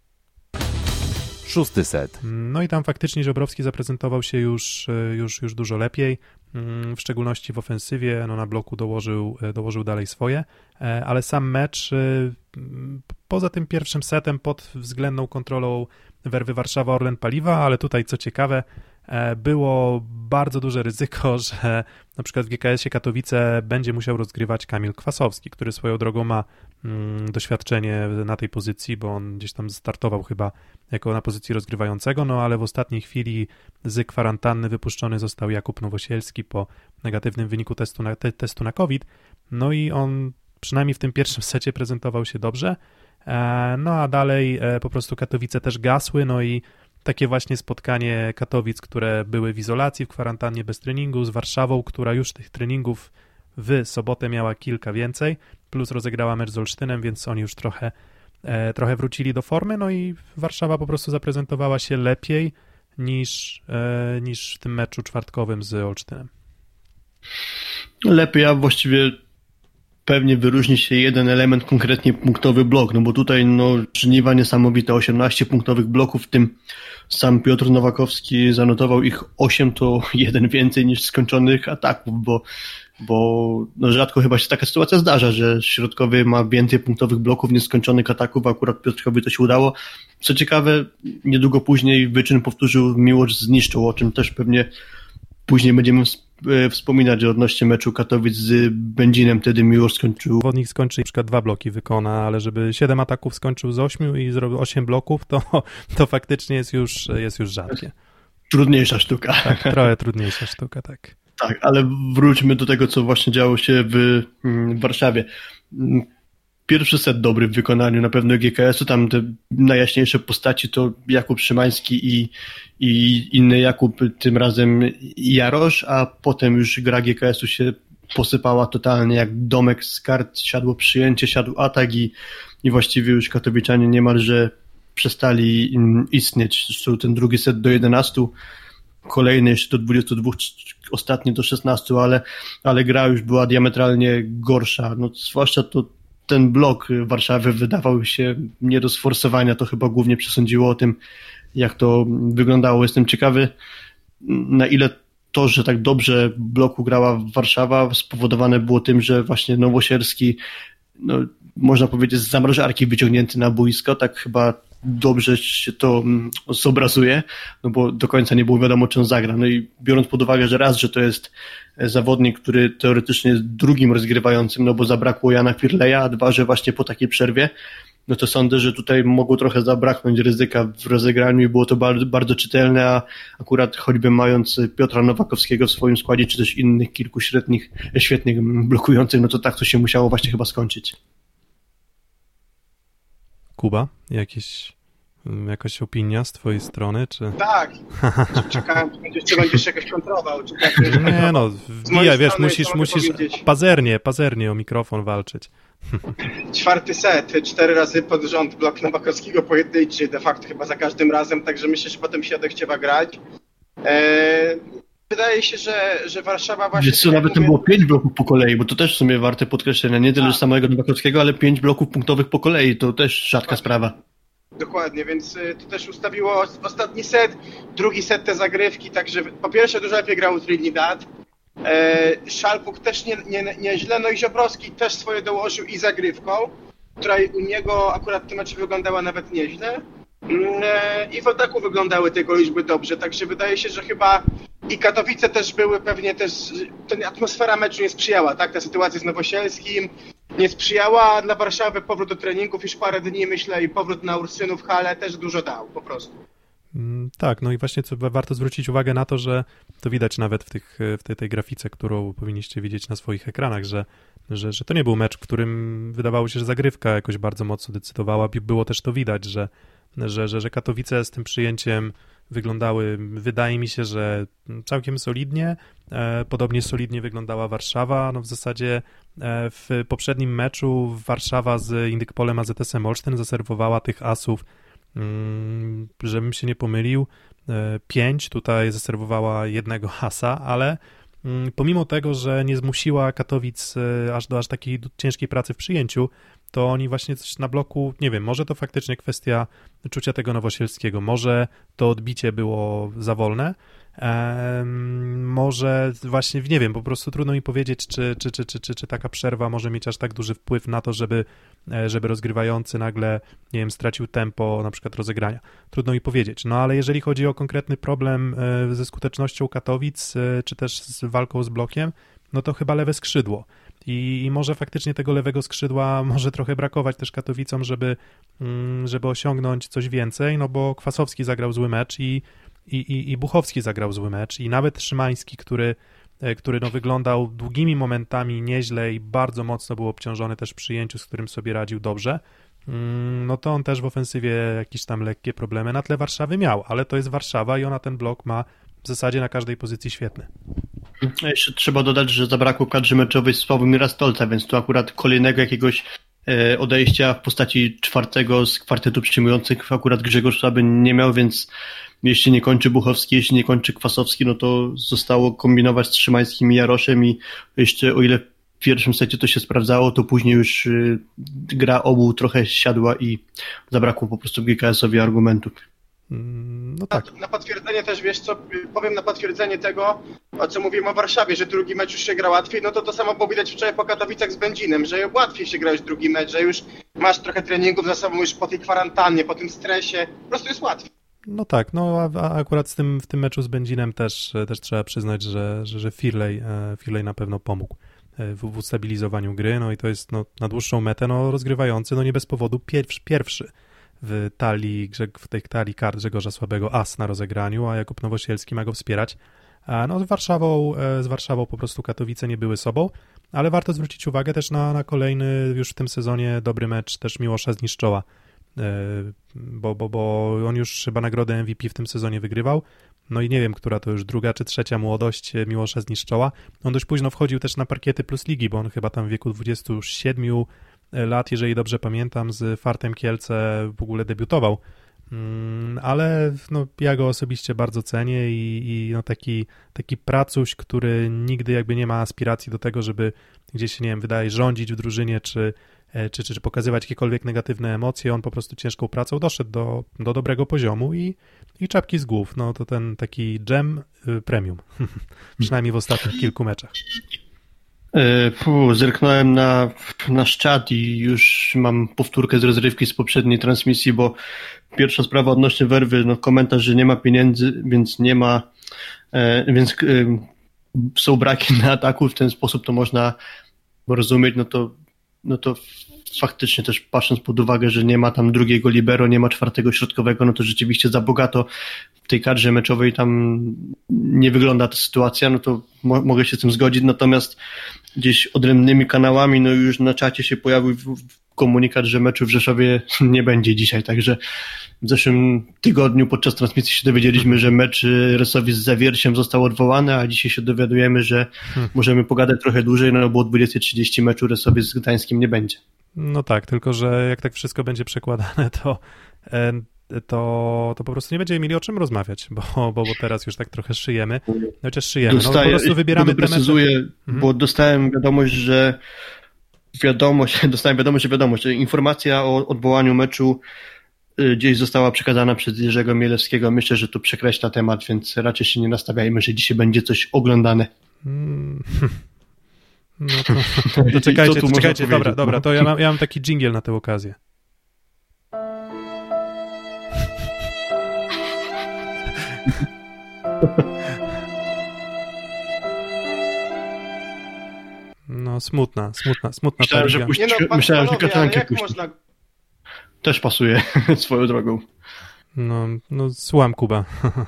6. set. No i tam faktycznie Ziobrowski zaprezentował się już dużo lepiej, w szczególności w ofensywie, no na bloku dołożył dalej swoje, ale sam mecz poza tym pierwszym setem pod względną kontrolą Werwy Warszawa Orlen Paliwa, ale tutaj co ciekawe, było bardzo duże ryzyko, że na przykład w GKS-ie Katowice będzie musiał rozgrywać Kamil Kwasowski, który swoją drogą ma doświadczenie na tej pozycji, bo on gdzieś tam startował chyba jako na pozycji rozgrywającego, no ale w ostatniej chwili z kwarantanny wypuszczony został Jakub Nowosielski po negatywnym wyniku testu na COVID, no i on przynajmniej w tym pierwszym secie prezentował się dobrze, no a dalej po prostu Katowice też gasły, no i takie właśnie spotkanie Katowic, które były w izolacji, w kwarantannie bez treningu, z Warszawą, która już tych treningów w sobotę miała kilka więcej, plus rozegrała mecz z Olsztynem, więc oni już trochę wrócili do formy, no i Warszawa po prostu zaprezentowała się lepiej niż w tym meczu czwartkowym z Olsztynem. Lepiej, a właściwie pewnie wyróżni się jeden element, konkretnie punktowy blok, no bo tutaj żniwa niesamowite, 18 punktowych bloków, w tym sam Piotr Nowakowski zanotował ich 8, to jeden więcej niż skończonych ataków, bo rzadko chyba się taka sytuacja zdarza, że środkowy ma więcej punktowych bloków niż skończonych ataków, a akurat Piotrkowi to się udało. Co ciekawe, niedługo później wyczyn powtórzył Miłosz z Niszczą, o czym też pewnie później będziemy wspominać odnośnie meczu Katowic z Będzinem, wtedy Miłosz skończył. Zawodnik skończy, na przykład 2 bloki wykona, ale żeby 7 ataków skończył z 8 i zrobił 8 bloków, to faktycznie jest już rzadkie. Trudniejsza sztuka. Tak, trochę trudniejsza sztuka, tak. Tak, ale wróćmy do tego, co właśnie działo się w Warszawie. Pierwszy set dobry w wykonaniu na pewno GKS-u, tam te najjaśniejsze postaci to Jakub Szymański i inny Jakub, tym razem Jarosz, a potem już gra GKS-u się posypała totalnie jak domek z kart, siadło przyjęcie, siadł atak i właściwie już katowiczanie niemalże przestali istnieć. Zresztą ten drugi set do 11, kolejny jeszcze do 22, ostatni do 16, ale gra już była diametralnie gorsza. No, zwłaszcza to ten blok Warszawy wydawał się nie do sforsowania, to chyba głównie przesądziło o tym, jak to wyglądało. Jestem ciekawy, na ile to, że tak dobrze bloku grała Warszawa, spowodowane było tym, że właśnie Nowosierski, można powiedzieć, z zamrażarki wyciągnięty na boisko, tak chyba dobrze się to zobrazuje, no bo do końca nie było wiadomo, czy on zagra. No i biorąc pod uwagę, że raz, że to jest zawodnik, który teoretycznie jest drugim rozgrywającym, no bo zabrakło Jana Firleja, a dwa, że właśnie po takiej przerwie, no to sądzę, że tutaj mogło trochę zabraknąć ryzyka w rozegraniu i było to bardzo, bardzo czytelne, a akurat choćby mając Piotra Nowakowskiego w swoim składzie, czy też innych kilku świetnych blokujących, no to tak to się musiało właśnie chyba skończyć. Kuba, jakieś Jakaś opinia z twojej strony, czy... Tak, czekałem, czy będziesz jakoś kontrował, czy tak będziesz Nie kontrował. no, wbijaj, wiesz, musisz powiedzieć. pazernie o mikrofon walczyć. 4. set, 4 razy pod rząd blok Nowakowskiego pojedynczy, de facto chyba za każdym razem, także myślę, że potem się odechciewa grać. Wydaje się, że Warszawa właśnie... Wiesz co, nawet tam było 5 bloków po kolei, bo to też w sumie warte podkreślenia, nie tyle samego Nowakowskiego, ale 5 bloków punktowych po kolei, to też rzadka sprawa. Dokładnie, więc to też ustawiło ostatni set, drugi set te zagrywki, także po pierwsze dużo lepiej grał Trinidad, Szalpuk też nieźle, no i Ziobrowski też swoje dołożył i zagrywką, która u niego akurat w tym meczu wyglądała nawet nieźle i w ataku wyglądały tego liczby dobrze, także wydaje się, że chyba i Katowice też były pewnie też, atmosfera meczu nie sprzyjała, tak, ta sytuacja z Nowosielskim nie sprzyjała, a dla Warszawy powrót do treningów już parę dni, myślę, i powrót na Ursynów halę też dużo dał, po prostu. Tak, no i właśnie warto zwrócić uwagę na to, że to widać nawet w tej grafice, którą powinniście widzieć na swoich ekranach, że to nie był mecz, w którym wydawało się, że zagrywka jakoś bardzo mocno decydowała. Było też to widać, że Katowice z tym przyjęciem wyglądały, wydaje mi się, że całkiem solidnie. Podobnie solidnie wyglądała Warszawa. No w zasadzie w poprzednim meczu Warszawa z Indykpolem AZS-em Olsztyn zaserwowała tych asów, żebym się nie pomylił, 5, tutaj zaserwowała jednego asa, ale pomimo tego, że nie zmusiła Katowic do aż takiej ciężkiej pracy w przyjęciu, to oni właśnie coś na bloku, nie wiem, może to faktycznie kwestia czucia tego Nowosielskiego, może to odbicie było za wolne, może właśnie, nie wiem, po prostu trudno mi powiedzieć, czy taka przerwa może mieć aż tak duży wpływ na to, żeby rozgrywający nagle, nie wiem, stracił tempo na przykład rozegrania. Trudno mi powiedzieć, no ale jeżeli chodzi o konkretny problem ze skutecznością Katowic, czy też z walką z blokiem, no to chyba lewe skrzydło. I może faktycznie tego lewego skrzydła może trochę brakować też Katowicom, żeby osiągnąć coś więcej, no bo Kwasowski zagrał zły mecz i Buchowski zagrał zły mecz i nawet Szymański, który no wyglądał długimi momentami nieźle i bardzo mocno był obciążony też w przyjęciu, z którym sobie radził dobrze, no to on też w ofensywie jakieś tam lekkie problemy na tle Warszawy miał, ale to jest Warszawa i ona ten blok ma w zasadzie na każdej pozycji świetny. Jeszcze trzeba dodać, że zabrakło kadry meczowej Sławomira Stolca, więc tu akurat kolejnego jakiegoś odejścia w postaci 4 z kwartetu przyjmujących akurat Grzegorz Słaby nie miał, więc jeśli nie kończy Buchowski, jeśli nie kończy Kwasowski, no to zostało kombinować z Szymańskim i Jaroszem i jeszcze o ile w pierwszym secie to się sprawdzało, to później już gra obu trochę siadła i zabrakło po prostu GKS-owi argumentów. No tak. Na potwierdzenie też, wiesz co, powiem na potwierdzenie tego, o co mówimy o Warszawie, że drugi mecz już się gra łatwiej, no to samo było widać wczoraj po Katowicach z Będzinem, że łatwiej się gra już drugi mecz, że już masz trochę treningów za sobą już po tej kwarantannie, po tym stresie, po prostu jest łatwiej. No tak, no a akurat w tym meczu z Będzinem też trzeba przyznać, że Firley na pewno pomógł w ustabilizowaniu gry, no i to jest na dłuższą metę rozgrywający, nie bez powodu pierwszy w tej talii kart Grzegorza Słabego as na rozegraniu, a Jakub Nowosielski ma go wspierać. No z Warszawą po prostu Katowice nie były sobą, ale warto zwrócić uwagę też na kolejny już w tym sezonie dobry mecz też Miłosza Zniszczoła, bo on już chyba nagrodę MVP w tym sezonie wygrywał, no i nie wiem, która to już druga czy trzecia młodość Miłosza Zniszczoła. On dość późno wchodził też na parkiety Plus Ligi, bo on chyba tam w wieku 27 lat, jeżeli dobrze pamiętam, z Fartem Kielce w ogóle debiutował, ale ja go osobiście bardzo cenię i taki pracuś, który nigdy jakby nie ma aspiracji do tego, żeby gdzieś, nie wiem, wydaje rządzić w drużynie, czy pokazywać jakiekolwiek negatywne emocje. On po prostu ciężką pracą doszedł do dobrego poziomu i czapki z głów. No to ten taki gem premium, przynajmniej w ostatnich kilku meczach. Zerknąłem na nasz czat i już mam powtórkę z rozrywki z poprzedniej transmisji, bo pierwsza sprawa odnośnie Werwy, komentarz, że nie ma pieniędzy, więc nie ma, są braki na ataku, w ten sposób to można rozumieć, no to faktycznie też patrząc pod uwagę, że nie ma tam drugiego libero, nie ma czwartego środkowego, no to rzeczywiście za bogato w tej kadrze meczowej tam nie wygląda ta sytuacja, no to mogę się z tym zgodzić, natomiast gdzieś odrębnymi kanałami, no już na czacie się pojawił komunikat, że meczu w Rzeszowie nie będzie dzisiaj, także w zeszłym tygodniu podczas transmisji się dowiedzieliśmy, że mecz Resowi z Zawierciem został odwołany, a dzisiaj się dowiadujemy, że możemy pogadać trochę dłużej, no bo o 20:30 meczu Resowi z Gdańskiem nie będzie. No tak, tylko że jak tak wszystko będzie przekładane, to po prostu nie będziemy mieli o czym rozmawiać, bo teraz już tak trochę szyjemy. Chociaż szyjemy, no po prostu wybieramy te mecze. Bo dostałem wiadomość, że informacja o odwołaniu meczu gdzieś została przekazana przez Jerzego Mielewskiego. Myślę, że to przekreśla temat, więc raczej się nie nastawiajmy, że dzisiaj będzie coś oglądane. No to czekajcie, dobra, to ja mam taki dżingiel na tę okazję. No smutna myślałem, że Kaszankę puści. Można... Też pasuje swoją drogą. No słucham, Kuba.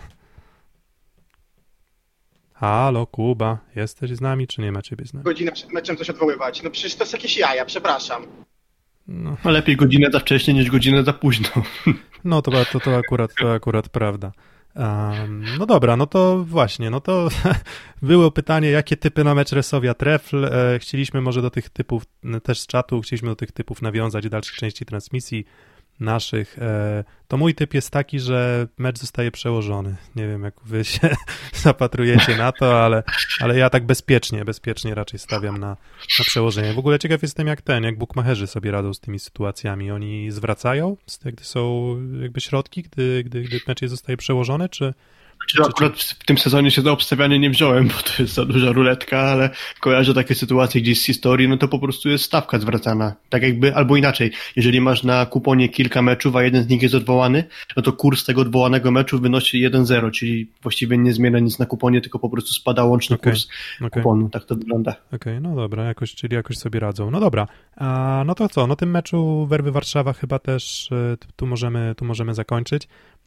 Halo, Kuba, jesteś z nami, czy nie ma ciebie z nami? Godzinę przed meczem coś odwoływać. No przecież to jest jakieś jaja, przepraszam. No. Lepiej godzinę za wcześnie niż godzinę za późno. No to akurat prawda. No dobra, no to właśnie, no to było pytanie, jakie typy na mecz Resowia Trefl. Chcieliśmy może do tych typów, też z czatu, chcieliśmy do tych typów nawiązać w dalszej części transmisji naszych. To mój typ jest taki, że mecz zostaje przełożony. Nie wiem, jak wy się zapatrujecie na to, ale ja tak bezpiecznie raczej stawiam na przełożenie. W ogóle ciekaw jestem, jak bukmacherzy sobie radzą z tymi sytuacjami. Oni zwracają, gdy są jakby środki, gdy mecz zostaje przełożony, czy akurat w tym sezonie się za obstawianie nie wziąłem, bo to jest za duża ruletka, ale kojarzę takie sytuacje gdzieś z historii, no to po prostu jest stawka zwracana. Tak jakby, albo inaczej, jeżeli masz na kuponie kilka meczów, a jeden z nich jest odwołany, no to kurs tego odwołanego meczu wynosi 1,0, czyli właściwie nie zmienia nic na kuponie, tylko po prostu spada łączny kurs kuponu. Tak to wygląda. Okej, no dobra, czyli jakoś sobie radzą. No dobra, no to co? No tym meczu Werwy Warszawa chyba też tu możemy zakończyć.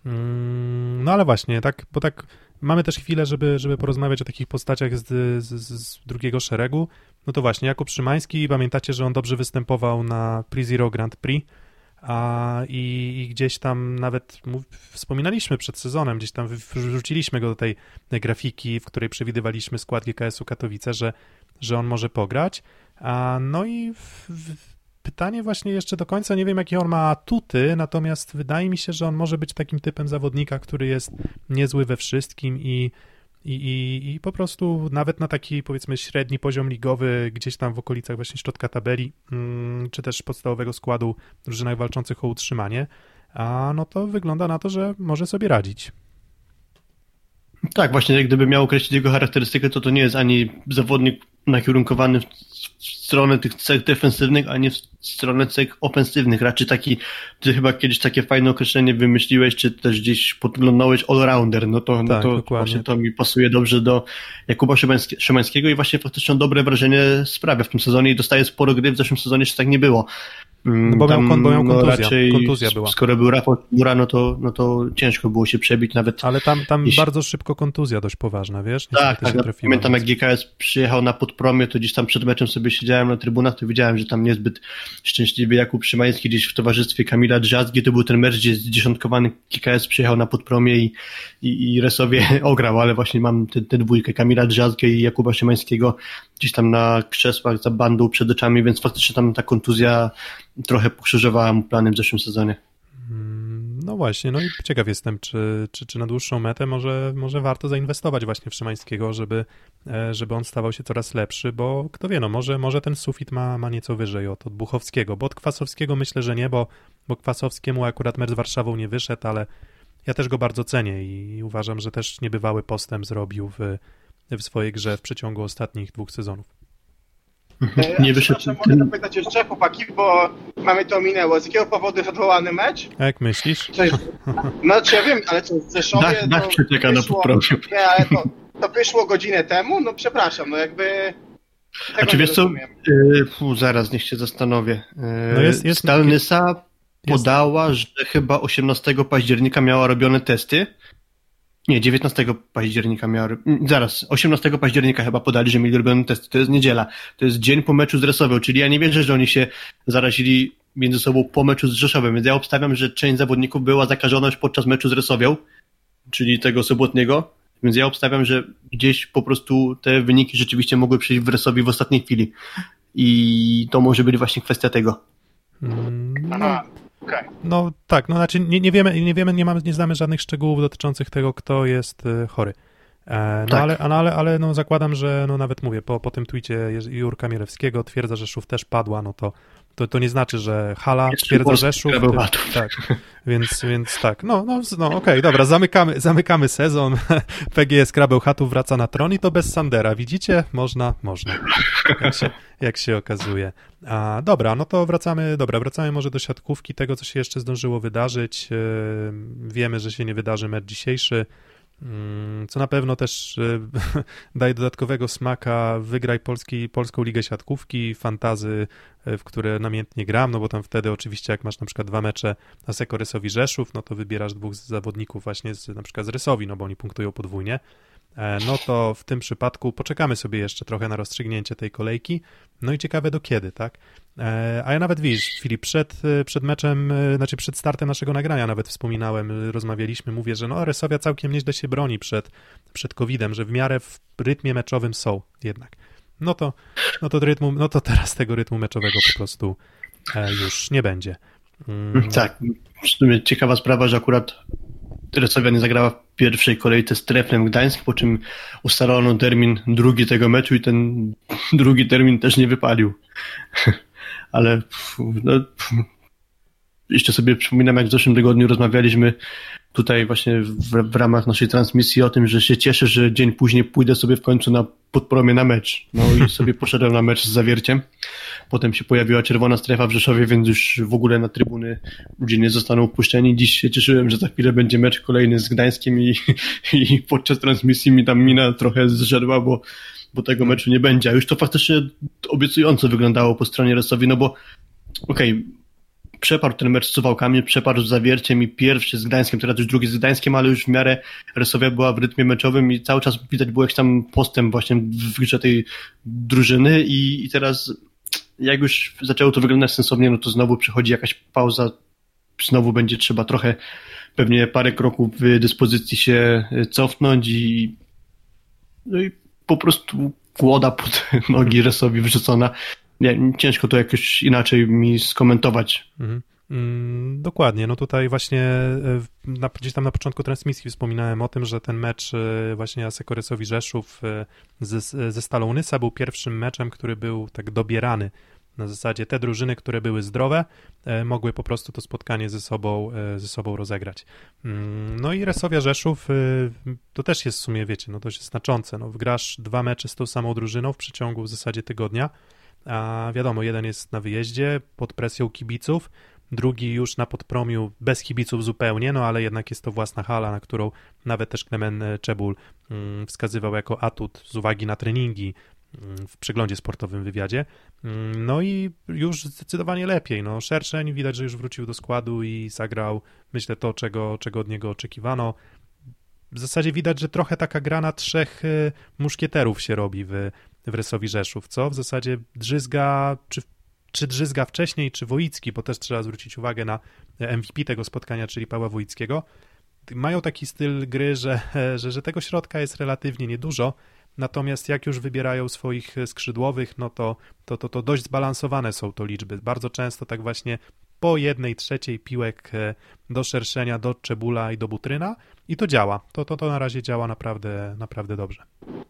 No ale właśnie, bo tak mamy też chwilę, żeby porozmawiać o takich postaciach z drugiego szeregu. No to właśnie, Jakub Szymański, pamiętacie, że on dobrze występował na Pre-Zero Grand Prix, i gdzieś tam nawet wspominaliśmy przed sezonem, gdzieś tam wrzuciliśmy go do tej grafiki, w której przewidywaliśmy skład GKS-u Katowice, że on może pograć. No i pytanie właśnie jeszcze do końca, nie wiem jakie on ma atuty, natomiast wydaje mi się, że on może być takim typem zawodnika, który jest niezły we wszystkim i po prostu nawet na taki powiedzmy średni poziom ligowy, gdzieś tam w okolicach właśnie środka tabeli, czy też podstawowego składu w drużynach walczących o utrzymanie, no to wygląda na to, że może sobie radzić. Tak, właśnie jak gdyby miał określić jego charakterystykę, to nie jest ani zawodnik nakierunkowany w stronę tych cech defensywnych, a nie w stronę cech ofensywnych. Raczej taki, ty chyba kiedyś takie fajne określenie wymyśliłeś, czy też gdzieś podglądałeś all-rounder, no to właśnie to mi pasuje dobrze do Jakuba Szymańskiego i właśnie faktycznie dobre wrażenie sprawia w tym sezonie i dostaje sporo gry, w zeszłym sezonie jeszcze tak nie było. No bo miał kontuzja była. Skoro był Rafał Góra, no to ciężko było się przebić nawet. Ale tam bardzo szybko kontuzja dość poważna, wiesz? Tak, pamiętam jak GKS przyjechał na Podpromie, to gdzieś tam przed meczem sobie siedziałem na trybunach, to widziałem, że tam niezbyt szczęśliwy Jakub Szymański gdzieś w towarzystwie Kamila Drzazgi, to był ten mecz, gdzie zdziesiątkowany GKS przyjechał na Podpromie i Resowie ograł, ale właśnie mam tę dwójkę, Kamila Drzazgę i Jakuba Szymańskiego gdzieś tam na krzesłach za bandą przed oczami, więc faktycznie tam ta kontuzja trochę pokrzyżowała mu plany w zeszłym sezonie. No właśnie, no i ciekaw jestem, czy na dłuższą metę może warto zainwestować właśnie w Szymańskiego, żeby on stawał się coraz lepszy, bo kto wie, no może ten sufit ma nieco wyżej od Buchowskiego, bo od Kwasowskiego myślę, że nie, bo Kwasowskiemu akurat mecz z Warszawą nie wyszedł, ale ja też go bardzo cenię i uważam, że też niebywały postęp zrobił w swojej grze w przeciągu ostatnich 2 sezonów. Nie wyszedł. Mogę zapytać jeszcze, chłopaki, bo mamy to minęło. Z jakiego powodu jest odwołany mecz? A jak myślisz? Znaczy ja wiem, ale co w Rzeszowie... Dach przecieka na podpromiu. Nie, ale to wyszło godzinę temu? No przepraszam, no jakby... A czy wiesz co? Zaraz, niech się zastanowię. Stalnysa podała, że chyba 18 października miała robione testy. Nie, 19 października zaraz, 18 października chyba podali, że mieli robione testy. To jest niedziela. To jest dzień po meczu z Resowią, czyli ja nie wierzę, że oni się zarazili między sobą po meczu z Rzeszowem, więc ja obstawiam, że część zawodników była zakażona już podczas meczu z Resowią, czyli tego sobotniego, więc ja obstawiam, że gdzieś po prostu te wyniki rzeczywiście mogły przyjść w Resowi w ostatniej chwili i to może być właśnie kwestia tego. Aha, okej. No tak, no znaczy nie wiemy, nie znamy żadnych szczegółów dotyczących tego, kto jest chory. No Tak. ale no zakładam, że no nawet mówię, po tym tweecie Jurka Mielewskiego twierdza, że Rzeszów też padła, no to nie znaczy, że Hala Jeszcze twierdza Rzeszów. Tak, więc tak, no okej, dobra, zamykamy sezon, PGS Krabełchatów wraca na tron i to bez Sandera, widzicie? Można, jak się okazuje. Dobra, no to wracamy może do siatkówki, tego, co się jeszcze zdążyło wydarzyć. Wiemy, że się nie wydarzy mecz dzisiejszy, co na pewno też daje dodatkowego smaka. Wygraj Polską Ligę Siatkówki, fantazy, w które namiętnie gram, no bo tam wtedy oczywiście jak masz na przykład 2 mecze Asseco Rysowi Rzeszów, no to wybierasz 2 zawodników właśnie na przykład z Rysowi, no bo oni punktują podwójnie. No to w tym przypadku poczekamy sobie jeszcze trochę na rozstrzygnięcie tej kolejki, no i ciekawe do kiedy, tak? A ja nawet, widzisz, Filip, przed meczem, znaczy przed startem naszego nagrania nawet wspominałem, rozmawialiśmy, mówię, że no Resowia całkiem nieźle się broni przed COVID-em, że w miarę w rytmie meczowym są jednak. No to teraz tego rytmu meczowego po prostu już nie będzie. Tak, w sumie ciekawa sprawa, że akurat Resowia nie zagrała w pierwszej kolejce z Treflem Gdańsk, po czym ustalono termin drugi tego meczu i ten drugi termin też nie wypalił. Ale no, jeszcze sobie przypominam, jak w zeszłym tygodniu rozmawialiśmy tutaj właśnie w ramach naszej transmisji o tym, że się cieszę, że dzień później pójdę sobie w końcu na Podpromie na mecz. No i sobie poszedłem na mecz z Zawierciem. Potem się pojawiła czerwona strefa w Rzeszowie, więc już w ogóle na trybuny ludzie nie zostaną wpuszczeni. Dziś się cieszyłem, że za chwilę będzie mecz kolejny z Gdańskiem i podczas transmisji mi tam mina trochę zżerła, bo tego meczu nie będzie. A już to faktycznie obiecująco wyglądało po stronie Resowi, no bo okej, przeparł ten mecz z Suwałkami, przeparł z Zawierciem i pierwszy z Gdańskiem, teraz już drugi z Gdańskiem, ale już w miarę Resowia była w rytmie meczowym i cały czas widać było jakiś tam postęp właśnie w grze tej drużyny i teraz jak już zaczęło to wyglądać sensownie, no to znowu przychodzi jakaś pauza, znowu będzie trzeba trochę, pewnie parę kroków w dyspozycji się cofnąć no i po prostu kłoda pod nogi Resowi wrzucona. Nie, ciężko to jakoś inaczej mi skomentować. Dokładnie, no tutaj właśnie gdzieś tam na początku transmisji wspominałem o tym, że ten mecz właśnie Asseco Rysowi Rzeszów ze Stalą Nysa był pierwszym meczem, który był tak dobierany. Na zasadzie te drużyny, które były zdrowe, mogły po prostu to spotkanie ze sobą rozegrać. No i Resowia Rzeszów to też jest w sumie, wiecie, no to jest znaczące. No, wgrasz 2 mecze z tą samą drużyną w przeciągu w zasadzie tygodnia, a wiadomo, jeden jest na wyjeździe pod presją kibiców, drugi już na Podpromiu bez kibiców zupełnie, no ale jednak jest to własna hala, na którą nawet też Klemen Czebul wskazywał jako atut z uwagi na treningi w przeglądzie sportowym wywiadzie. No i już zdecydowanie lepiej. No, Szerszeń widać, że już wrócił do składu i zagrał, myślę, to, czego od niego oczekiwano. W zasadzie widać, że trochę taka gra na 3 muszkieterów się robi w Resowi Rzeszów, co? W zasadzie Drzyzga, czy Drzyzga wcześniej, czy Wojicki, bo też trzeba zwrócić uwagę na MVP tego spotkania, czyli Pawła Wojickiego. Mają taki styl gry, że tego środka jest relatywnie niedużo, natomiast jak już wybierają swoich skrzydłowych, no to dość zbalansowane są to liczby. Bardzo często tak właśnie po 1/3 piłek do Szerszenia, do Czebula i do Butryna i to działa. To na razie działa naprawdę, naprawdę dobrze.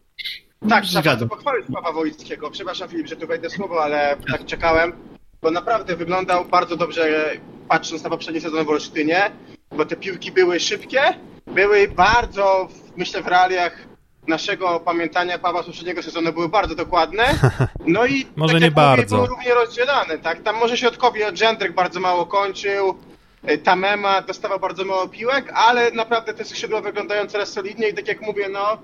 Tak, trzeba pochwalić Pawła Wojickiego. Przepraszam, Filip, że tu wejdę słowo, ale tak czekałem, bo naprawdę wyglądał bardzo dobrze, patrząc na poprzedni sezon w Olsztynie, bo te piłki były szybkie, były bardzo, myślę, w realiach naszego pamiętania Pawła z poprzedniego sezonu były bardzo dokładne, no i może tak nie jak bardzo. Były równie rozdzielane, tak? Tam może środkowi Jędrek bardzo mało kończył, Tamema dostawał bardzo mało piłek, ale naprawdę te skrzydła wyglądają coraz solidniej i tak jak mówię, no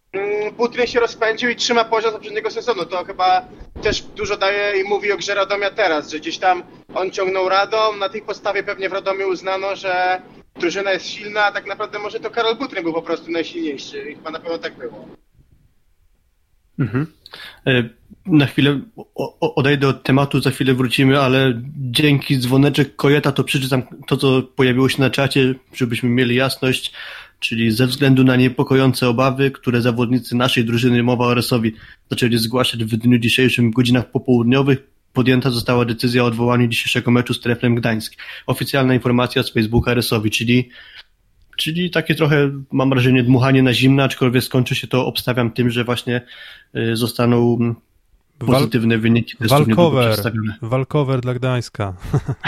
Butryn się rozpędził i trzyma poziom z poprzedniego sezonu. To chyba też dużo daje i mówi o grze Radomia teraz, że gdzieś tam on ciągnął Radom, na tej podstawie pewnie w Radomiu uznano, że drużyna jest silna, a tak naprawdę może to Karol Butryn był po prostu najsilniejszy i chyba na pewno tak było. Mhm. Na chwilę odejdę od tematu, za chwilę wrócimy, ale dzięki dzwoneczek Kojeta to przeczytam to, co pojawiło się na czacie, żebyśmy mieli jasność, czyli ze względu na niepokojące obawy, które zawodnicy naszej drużyny, mowa o RS-owi, zaczęli zgłaszać w dniu dzisiejszym w godzinach popołudniowych, podjęta została decyzja o odwołaniu dzisiejszego meczu z Treflem Gdańsk. Oficjalna informacja z Facebooka RS-owi, czyli takie trochę, mam wrażenie, dmuchanie na zimno, aczkolwiek skończy się to, obstawiam, tym, że właśnie zostaną pozytywne wyniki testów niedługo przedstawione. Walkover dla Gdańska.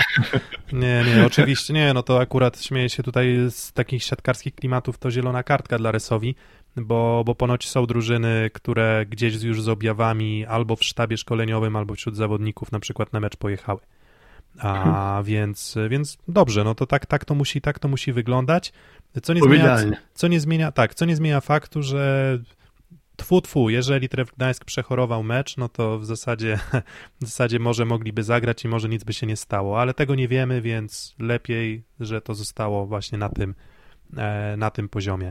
nie, oczywiście nie, no to akurat śmieję się tutaj z takich siatkarskich klimatów, to zielona kartka dla Resowi, bo ponoć są drużyny, które gdzieś już z objawami albo w sztabie szkoleniowym, albo wśród zawodników na przykład na mecz pojechały. Więc dobrze, no to tak to musi wyglądać. Co nie zmienia faktu, że jeżeli Tref Gdańsk przechorował mecz, no to w zasadzie może mogliby zagrać i może nic by się nie stało, ale tego nie wiemy, więc lepiej, że to zostało właśnie na tym poziomie.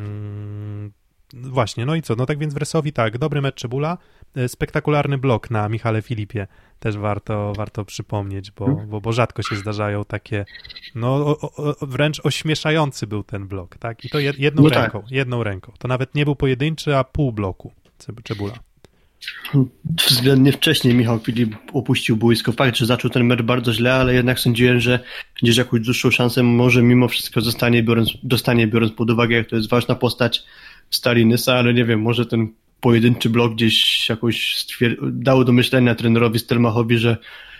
Właśnie, no i co? No tak więc w Resowi dobry mecz Czebula, spektakularny blok na Michale Filipie, też warto przypomnieć, bo rzadko się zdarzają takie, no wręcz ośmieszający był ten blok, tak? I to jedną ręką. To nawet nie był pojedynczy, a pół bloku Czebula. Względnie wcześniej Michał Filip opuścił boisko. Fakt, że zaczął ten mecz bardzo źle, ale jednak sądziłem, że gdzieś jakąś dłuższą szansę może mimo wszystko dostanie, biorąc pod uwagę, jak to jest ważna postać Stali Nysa, ale nie wiem, może ten pojedynczy blok gdzieś jakoś dało do myślenia trenerowi Stelmachowi, że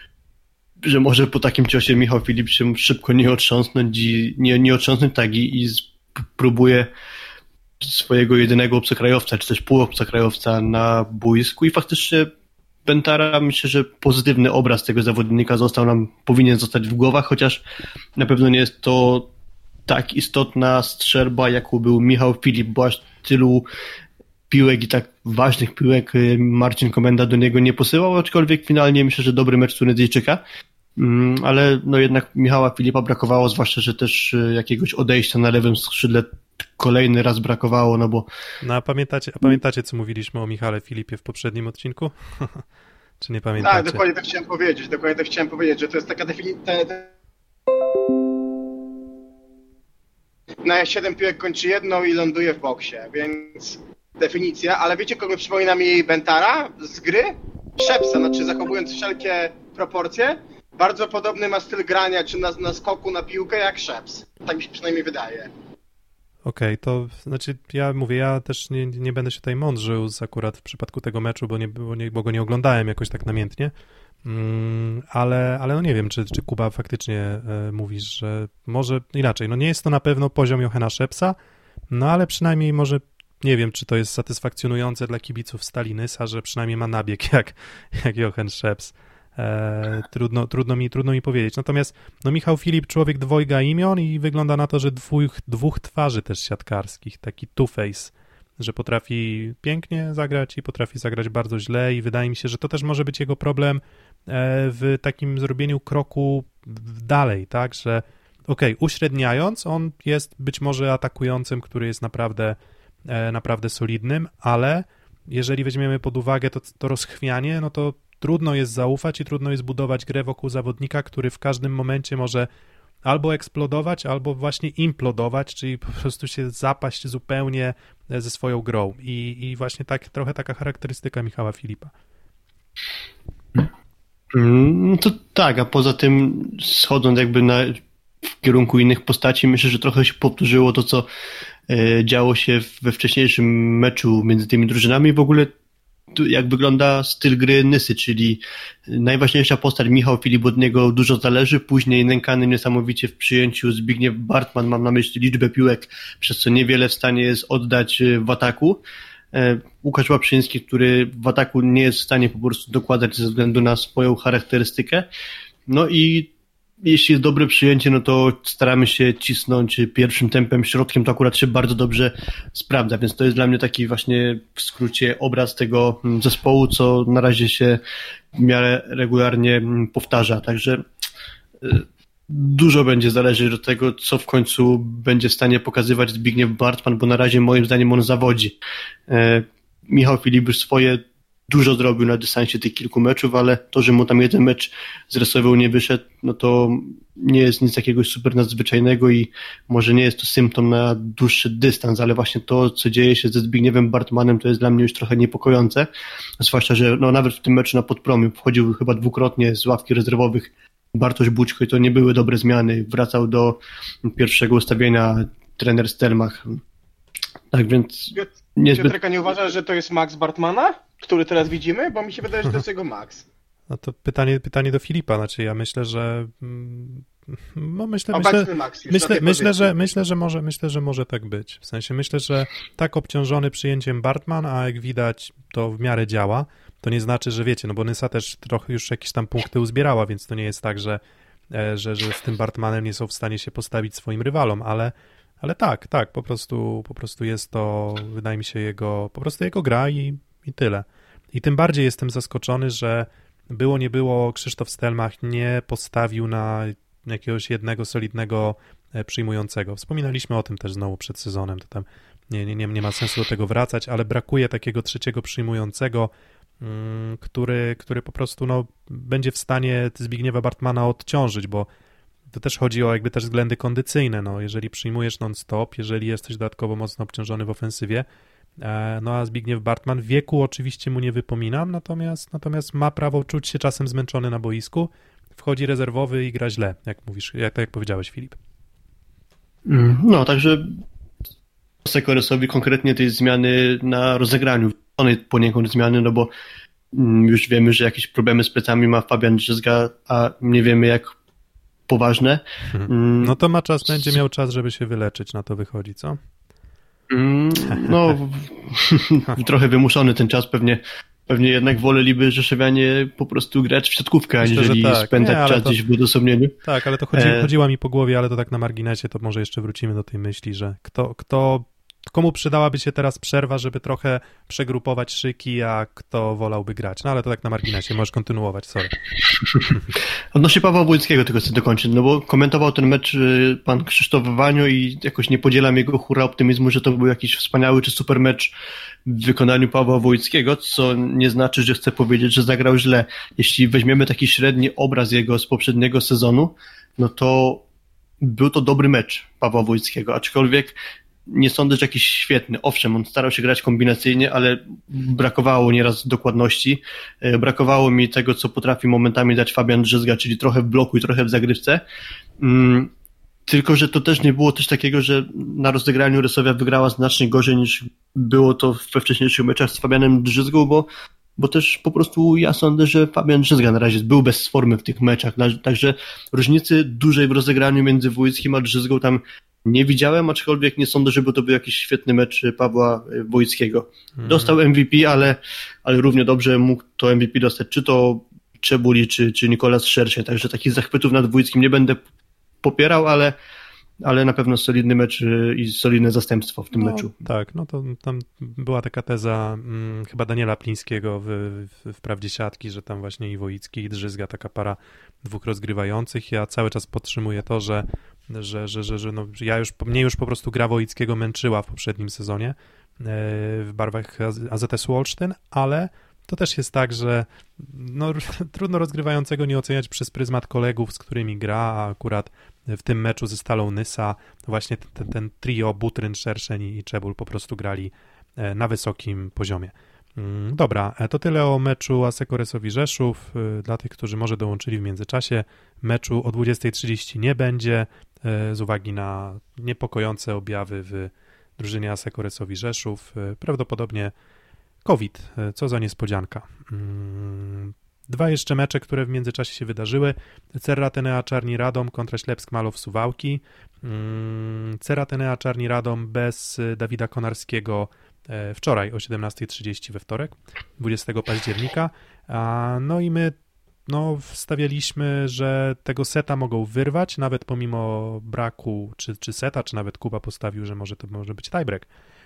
może po takim ciosie Michał Filip się szybko nie otrząsnąć i próbuje swojego jedynego obcokrajowca, czy też półobcokrajowca na boisku i faktycznie Bentara, myślę, że pozytywny obraz tego zawodnika powinien zostać w głowach, chociaż na pewno nie jest to tak istotna strzelba, jaką był Michał Filip, bo aż tylu piłek i tak ważnych piłek Marcin Komenda do niego nie posyłał, aczkolwiek finalnie myślę, że dobry mecz Tunezyjczyka, ale no jednak Michała Filipa brakowało, zwłaszcza, że też jakiegoś odejścia na lewym skrzydle kolejny raz brakowało, no bo... No a pamiętacie, co mówiliśmy o Michale Filipie w poprzednim odcinku? Czy nie pamiętacie? Tak, dokładnie to chciałem powiedzieć, że to jest taka definicja... Na 7 piłek kończy jedną i ląduje w boksie, więc definicja, ale wiecie, kogo przypomina mi Bentara z gry? Szepsa, znaczy zachowując wszelkie proporcje, bardzo podobny ma styl grania, czy na skoku na piłkę jak Szeps. Tak mi się przynajmniej wydaje. Okej, to znaczy ja też nie będę się tutaj mądrzył akurat w przypadku tego meczu, bo go nie oglądałem jakoś tak namiętnie, ale no nie wiem, czy Kuba faktycznie mówisz, że może inaczej, no nie jest to na pewno poziom Johanna Szepsa, no ale przynajmniej może, nie wiem, czy to jest satysfakcjonujące dla kibiców Stali Nysa, że przynajmniej ma nabieg jak Johan Szeps. Trudno mi powiedzieć. Natomiast no Michał Filip, człowiek dwojga imion i wygląda na to, że dwóch twarzy też siatkarskich, taki two-face, że potrafi pięknie zagrać i potrafi zagrać bardzo źle i wydaje mi się, że to też może być jego problem w takim zrobieniu kroku dalej, tak, że uśredniając, on jest być może atakującym, który jest naprawdę solidnym, ale jeżeli weźmiemy pod uwagę to rozchwianie, no to trudno jest zaufać i trudno jest budować grę wokół zawodnika, który w każdym momencie może albo eksplodować, albo właśnie implodować, czyli po prostu się zapaść zupełnie ze swoją grą. I właśnie trochę taka charakterystyka Michała Filipa. To tak, a poza tym schodząc jakby w kierunku innych postaci, myślę, że trochę się powtórzyło to, co działo się we wcześniejszym meczu między tymi drużynami. W ogóle jak wygląda styl gry Nysy, czyli najważniejsza postać Michał Filip, od niego dużo zależy, później nękany niesamowicie w przyjęciu Zbigniew Bartman, mam na myśli liczbę piłek, przez co niewiele w stanie jest oddać w ataku. Łukasz Łaprzyński, który w ataku nie jest w stanie po prostu dokładać ze względu na swoją charakterystykę. No i jeśli jest dobre przyjęcie, no to staramy się cisnąć pierwszym tempem, środkiem, to akurat się bardzo dobrze sprawdza, więc to jest dla mnie taki właśnie w skrócie obraz tego zespołu, co na razie się w miarę regularnie powtarza, także dużo będzie zależeć od tego, co w końcu będzie w stanie pokazywać Zbigniew Bartman, bo na razie moim zdaniem on zawodzi. Michał Filip już swoje dużo zrobił na dystansie tych kilku meczów, ale to, że mu tam jeden mecz z Resową nie wyszedł, no to nie jest nic takiego super nadzwyczajnego i może nie jest to symptom na dłuższy dystans, ale właśnie to, co dzieje się ze Zbigniewem Bartmanem, to jest dla mnie już trochę niepokojące, zwłaszcza, że no nawet w tym meczu na Podpromiu wchodził chyba dwukrotnie z ławki rezerwowych Bartosz Bućko i to nie były dobre zmiany, wracał do pierwszego ustawienia trener Stelmach, tak więc niezbyt... Piotrek, a nie uważasz, że to jest Max Bartmana, który teraz widzimy? Bo mi się wydaje, że to jest jego Max. No to pytanie do Filipa, znaczy ja myślę, że no Obecny Max już myślę, że może tak być. W sensie myślę, że tak obciążony przyjęciem Bartman, a jak widać to w miarę działa, to nie znaczy, że wiecie, no bo Nysa też trochę już jakieś tam punkty uzbierała, więc to nie jest tak, że z tym Bartmanem nie są w stanie się postawić swoim rywalom, ale tak, po prostu jest to, wydaje mi się, po prostu jego gra i tyle. I tym bardziej jestem zaskoczony, że było nie było, Krzysztof Stelmach nie postawił na jakiegoś jednego solidnego przyjmującego. Wspominaliśmy o tym też znowu przed sezonem, to tam nie ma sensu do tego wracać, ale brakuje takiego trzeciego przyjmującego, który po prostu no, będzie w stanie Zbigniewa Bartmana odciążyć, bo to też chodzi o jakby też względy kondycyjne. No, jeżeli przyjmujesz non-stop, jeżeli jesteś dodatkowo mocno obciążony w ofensywie, no a Zbigniew Bartman wieku oczywiście mu nie wypominam, natomiast ma prawo czuć się czasem zmęczony na boisku, wchodzi rezerwowy i gra źle, jak mówisz, jak powiedziałeś, Filip. No, także Sekoresowi konkretnie tej zmiany na rozegraniu, poniekąd zmiany, no bo już wiemy, że jakieś problemy z plecami ma Fabian Drzyzga, a nie wiemy jak poważne. No to będzie miał czas, żeby się wyleczyć, na to wychodzi, co? No, trochę wymuszony ten czas, pewnie jednak woleliby Rzeszowianie po prostu grać w siatkówkę, aniżeli spędzać czas gdzieś w odosobnieniu. Tak, ale to chodziła mi po głowie, ale to tak na marginesie, to może jeszcze wrócimy do tej myśli, że komu przydałaby się teraz przerwa, żeby trochę przegrupować szyki, a kto wolałby grać. No ale to tak na marginesie, możesz kontynuować, sorry. Odnośnie Pawła Wójckiego tylko chcę dokończyć, no bo komentował ten mecz pan Krzysztof Wanio i jakoś nie podzielam jego hura optymizmu, że to był jakiś wspaniały czy super mecz w wykonaniu Pawła Wójckiego, co nie znaczy, że chcę powiedzieć, że zagrał źle. Jeśli weźmiemy taki średni obraz jego z poprzedniego sezonu, no to był to dobry mecz Pawła Wójckiego, aczkolwiek nie sądzę, że jakiś świetny. Owszem, on starał się grać kombinacyjnie, ale brakowało nieraz dokładności. Brakowało mi tego, co potrafi momentami dać Fabian Drzyzga, czyli trochę w bloku i trochę w zagrywce. Tylko, że to też nie było coś takiego, że na rozegraniu Resowia wygrała znacznie gorzej niż było to we wcześniejszych meczach z Fabianem Drzyzgą, bo też po prostu ja sądzę, że Fabian Drzyzga na razie był bez formy w tych meczach. Także różnicy dużej w rozegraniu między Wójckim a Drzyzgą tam nie widziałem, aczkolwiek nie sądzę, żeby to był jakiś świetny mecz Pawła Wójckiego. Dostał MVP, ale równie dobrze mógł to MVP dostać czy to Czebuli, czy Nikolas Szersze, także takich zachwytów nad Wójckim nie będę popierał, ale na pewno solidny mecz i solidne zastępstwo w tym meczu. Tak, no to tam była taka teza chyba Daniela Plińskiego w Prawdzie Siatki, że tam właśnie i Wójcki, i Drzyzga, taka para dwóch rozgrywających. Ja cały czas podtrzymuję to, że no, mnie już po prostu gra Wójckiego męczyła w poprzednim sezonie w barwach AZS-u Olsztyn, ale to też jest tak, że no, trudno rozgrywającego nie oceniać przez pryzmat kolegów, z którymi gra, a akurat w tym meczu ze Stalą Nysa właśnie ten trio Butryn, Szerszeń i Czebul po prostu grali na wysokim poziomie. Dobra, to tyle o meczu ASEKO Resowi Rzeszów. Dla tych, którzy może dołączyli w międzyczasie, meczu o 20:30 nie będzie z uwagi na niepokojące objawy w drużynie ASEKO Resowi Rzeszów. Prawdopodobnie COVID, co za niespodzianka. Dwa jeszcze mecze, które w międzyczasie się wydarzyły. Cerratenea Czarni Radom kontra Ślepsk Malow Suwałki. Cerratenea Czarni Radom bez Dawida Konarskiego wczoraj o 17:30 we wtorek, 20 października. No i my wstawialiśmy, że tego seta mogą wyrwać, nawet pomimo braku czy seta, czy nawet Kuba postawił, że to może być tiebreak.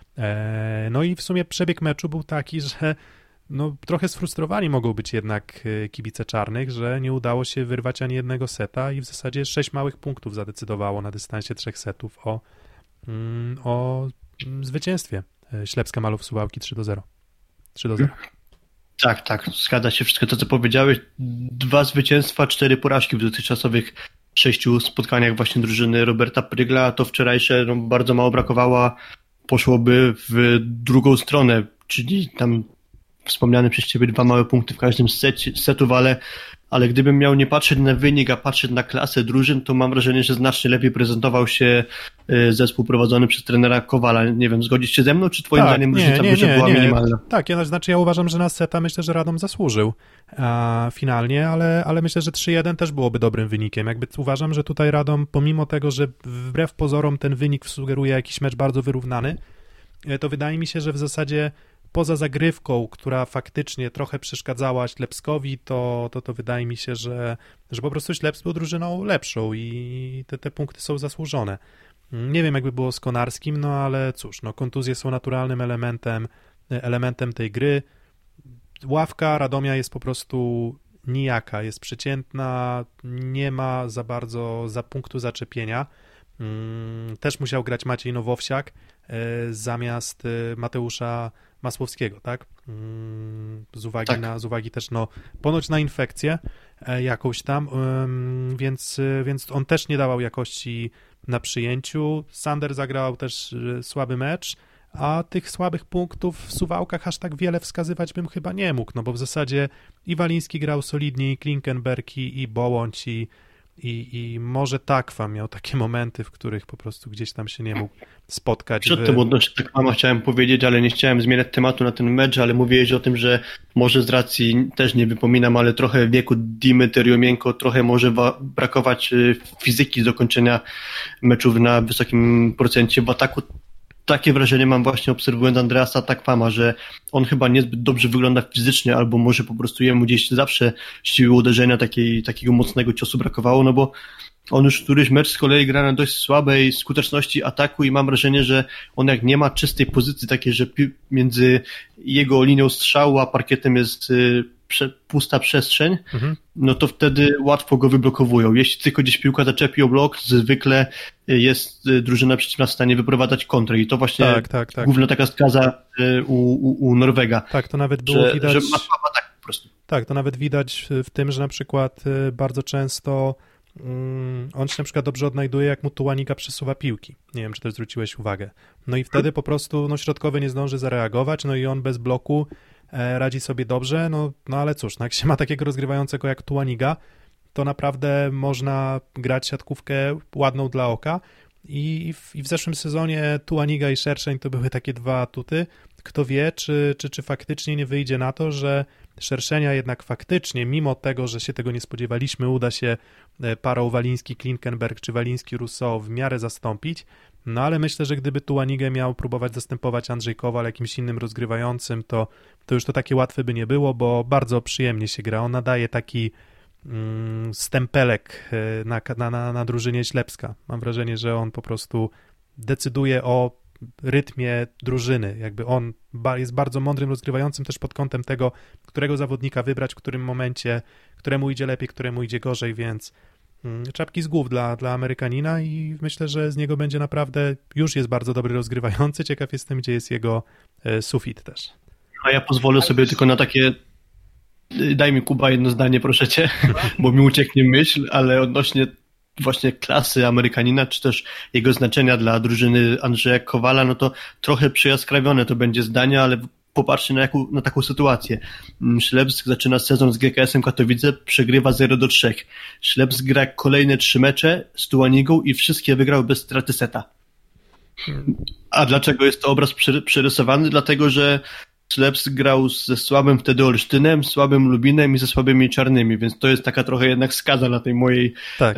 No i w sumie przebieg meczu był taki, że no, trochę sfrustrowani mogą być jednak kibice czarnych, że nie udało się wyrwać ani jednego seta i w zasadzie 6 małych punktów zadecydowało na dystansie 3 setów o zwycięstwie Ślepska Malów Suwałki 3-0. 3-0. Tak, zgadza się wszystko to, co powiedziałeś. 2 zwycięstwa, 4 porażki w dotychczasowych 6 spotkaniach właśnie drużyny Roberta Prygla, a to wczorajsze bardzo mało brakowało, poszłoby w drugą stronę, czyli tam wspomniane przez ciebie 2 małe punkty w każdym z setów, ale gdybym miał nie patrzeć na wynik, a patrzeć na klasę drużyn, to mam wrażenie, że znacznie lepiej prezentował się zespół prowadzony przez trenera Kowala. Nie wiem, zgodzisz się ze mną, czy twoim zdaniem różnica była minimalna? Tak, ja uważam, że na seta myślę, że Radom zasłużył finalnie, ale myślę, że 3-1 też byłoby dobrym wynikiem. Jakby uważam, że tutaj Radom, pomimo tego, że wbrew pozorom ten wynik sugeruje jakiś mecz bardzo wyrównany, to wydaje mi się, że w zasadzie poza zagrywką, która faktycznie trochę przeszkadzała Ślepskowi, to wydaje mi się, że po prostu Ślepsk był drużyną lepszą i te punkty są zasłużone. Nie wiem, jakby było z Konarskim, no ale cóż, kontuzje są naturalnym elementem tej gry. Ławka Radomia jest po prostu nijaka, jest przeciętna, nie ma za bardzo punktu zaczepienia. Też musiał grać Maciej Nowowsiak zamiast Mateusza Masłowskiego, tak? Z uwagi też ponoć na infekcję jakąś tam, więc on też nie dawał jakości na przyjęciu. Sander zagrał też słaby mecz, a tych słabych punktów w Suwałkach aż tak wiele wskazywać bym chyba nie mógł, bo w zasadzie i Waliński grał solidnie, i Klinkenberg, i Bołądź, i może Takwa miał takie momenty, w których po prostu gdzieś tam się nie mógł spotkać. Przed tym odnośnie Takwama chciałem powiedzieć, ale nie chciałem zmieniać tematu na ten mecz, ale mówiłeś o tym, że może z racji, też nie wypominam, ale trochę wieku Dimy Teriomienko, trochę może brakować fizyki do kończenia meczów na wysokim procencie w ataku. Takie wrażenie mam właśnie obserwując Andreasa Takwama, że on chyba niezbyt dobrze wygląda fizycznie, albo może po prostu jemu gdzieś zawsze siły uderzenia takiego mocnego ciosu brakowało, bo on już któryś mecz z kolei gra na dość słabej skuteczności ataku i mam wrażenie, że on jak nie ma czystej pozycji takiej, że między jego linią strzału a parkietem jest pusta przestrzeń, no to wtedy łatwo go wyblokowują. Jeśli tylko gdzieś piłka zaczepi o blok, zwykle jest drużyna przeciwna w stanie wyprowadzać kontrę i to właśnie główna taka skaza u Norwega. Tak, to nawet było widać. Że ma słaby atak po prostu. Tak, to nawet widać w tym, że na przykład bardzo często on się na przykład dobrze odnajduje, jak mu Tułanika przesuwa piłki. Nie wiem, czy też zwróciłeś uwagę. No i wtedy po prostu środkowy nie zdąży zareagować, no i on bez bloku radzi sobie dobrze, no ale cóż, jak się ma takiego rozgrywającego jak Tułaniga, to naprawdę można grać siatkówkę ładną dla oka i w zeszłym sezonie Tułaniga i Szerszeń to były takie 2 atuty. Kto wie, czy faktycznie nie wyjdzie na to, że Szerszenia jednak faktycznie, mimo tego, że się tego nie spodziewaliśmy, uda się parą Waliński-Klinkenberg czy Waliński-Rousseau w miarę zastąpić. No ale myślę, że gdyby Tułanigę miał próbować zastępować Andrzej Kowal jakimś innym rozgrywającym, to już to takie łatwe by nie było, bo bardzo przyjemnie się gra. On nadaje taki stempelek na drużynie Ślepska. Mam wrażenie, że on po prostu decyduje o rytmie drużyny. Jakby on jest bardzo mądrym rozgrywającym też pod kątem tego, którego zawodnika wybrać, w którym momencie, któremu idzie lepiej, któremu idzie gorzej, więc czapki z głów dla Amerykanina i myślę, że z niego będzie naprawdę, już jest bardzo dobry rozgrywający. Ciekaw jestem, gdzie jest jego sufit też. A ja pozwolę sobie tylko na takie, daj mi Kuba jedno zdanie, proszę cię, bo mi ucieknie myśl, ale odnośnie właśnie klasy Amerykanina, czy też jego znaczenia dla drużyny Andrzeja Kowala, no to trochę przyjaskrawione to będzie zdanie, ale popatrzcie na taką sytuację. Ślepsk zaczyna sezon z GKS-em Katowice, przegrywa 0-3. Ślepsk gra kolejne 3 mecze z Tułanigą i wszystkie wygrał bez straty seta. A dlaczego jest to obraz przerysowany? Dlatego, że Ślepsk grał ze słabym wtedy Olsztynem, słabym Lubinem i ze słabymi Czarnymi, więc to jest taka trochę jednak skaza na tej mojej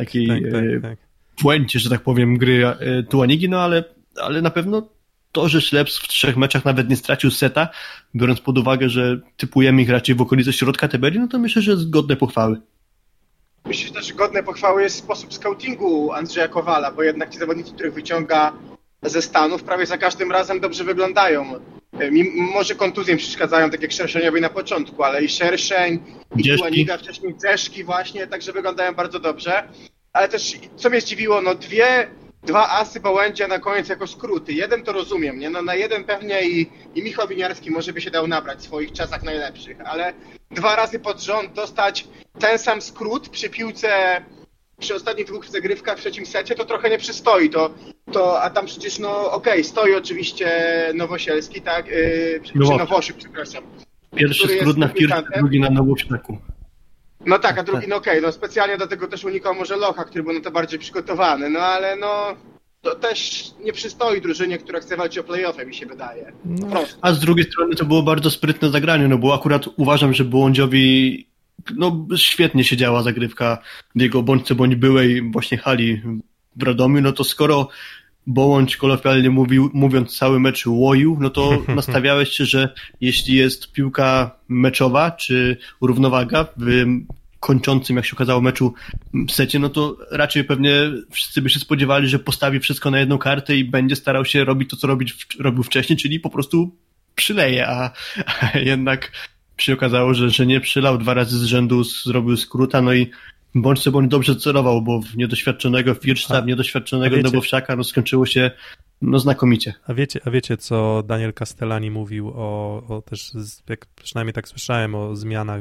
puencie, że tak powiem, gry Tułanigi, no ale na pewno to, że Ślepsk w 3 meczach nawet nie stracił seta, biorąc pod uwagę, że typujemy ich raczej w okolicy środka tabeli, no to myślę, że jest godne pochwały. Myślę też, że godne pochwały jest sposób scoutingu Andrzeja Kowala, bo jednak ci zawodnicy, których wyciąga ze Stanów, prawie za każdym razem dobrze wyglądają. Może kontuzje przeszkadzają, tak jak Szerszeniowi na początku, ale i Szerszeń, i Tułaniga, wcześniej Dzeszki właśnie, także wyglądają bardzo dobrze. Ale też, co mnie zdziwiło, 2 2 asy Bołędzia na koniec jako skróty. Jeden to rozumiem, nie? No na jeden pewnie i Michał Winiarski może by się dał nabrać w swoich czasach najlepszych, ale 2 razy pod rząd dostać ten sam skrót przy piłce, przy ostatnich 2 zagrywkach w trzecim secie, to trochę nie przystoi. A tam przecież, stoi oczywiście Nowosielski, tak? Nowoszyk, przepraszam. Pierwszy skrót na Fircie, drugi na Nowoszyku. No tak, a drugi, specjalnie do tego też unikał może Locha, który był na to bardziej przygotowany, ale to też nie przystoi drużynie, która chce walczyć o play-offy, mi się wydaje. A z drugiej strony to było bardzo sprytne zagranie, bo akurat uważam, że Bołądziowi świetnie się działa zagrywka w jego bądź co bądź byłej właśnie hali w Radomiu, to skoro Bołądź kolokwialnie mówiąc cały mecz łoił, to nastawiałeś się, że jeśli jest piłka meczowa czy równowaga w kończącym, jak się okazało, meczu secie, to raczej pewnie wszyscy by się spodziewali, że postawi wszystko na jedną kartę i będzie starał się robić to, co robił wcześniej, czyli po prostu przyleje, a jednak się okazało, że nie przylał, 2 razy z rzędu zrobił skróta, i bądź co bądź dobrze celował, bo w niedoświadczonego Firszta, w niedoświadczonego Nowowsiaka skończyło się znakomicie. A wiecie, co Daniel Castellani mówił o też, jak przynajmniej tak słyszałem, o zmianach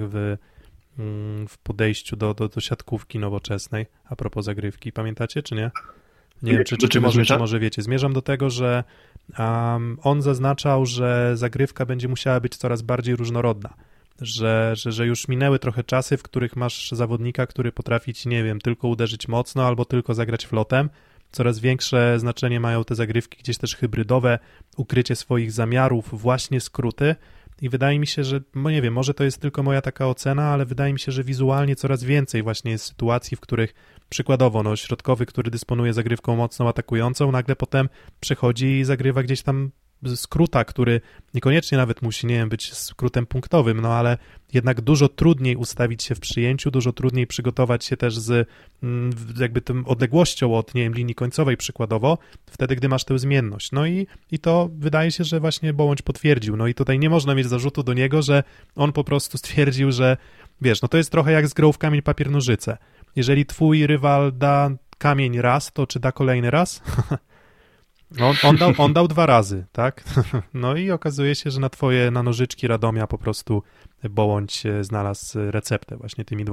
w podejściu do siatkówki nowoczesnej, a propos zagrywki. Pamiętacie, czy nie? Nie wiem, czy może wiecie. Zmierzam do tego, że on zaznaczał, że zagrywka będzie musiała być coraz bardziej różnorodna. Że już minęły trochę czasy, w których masz zawodnika, który potrafi ci, nie wiem, tylko uderzyć mocno albo tylko zagrać flotem. Coraz większe znaczenie mają te zagrywki, gdzieś też hybrydowe, ukrycie swoich zamiarów, właśnie skróty. I wydaje mi się, że, nie wiem, może to jest tylko moja taka ocena, ale wydaje mi się, że wizualnie coraz więcej właśnie jest sytuacji, w których przykładowo środkowy, który dysponuje zagrywką mocną atakującą, nagle potem przechodzi i zagrywa gdzieś tam skróta, który niekoniecznie nawet musi, nie wiem, być skrótem punktowym, ale jednak dużo trudniej ustawić się w przyjęciu, dużo trudniej przygotować się też z jakby tą odległością od, nie wiem, linii końcowej przykładowo, wtedy, gdy masz tę zmienność. I to wydaje się, że właśnie Bołądź potwierdził. I tutaj nie można mieć zarzutu do niego, że on po prostu stwierdził, że wiesz, to jest trochę jak z grą w kamień, papier, nożyce. Jeżeli twój rywal da kamień raz, to czy da kolejny raz? On dał 2 razy, tak? I okazuje się, że na nożyczki Radomia po prostu Bołądź znalazł receptę właśnie tymi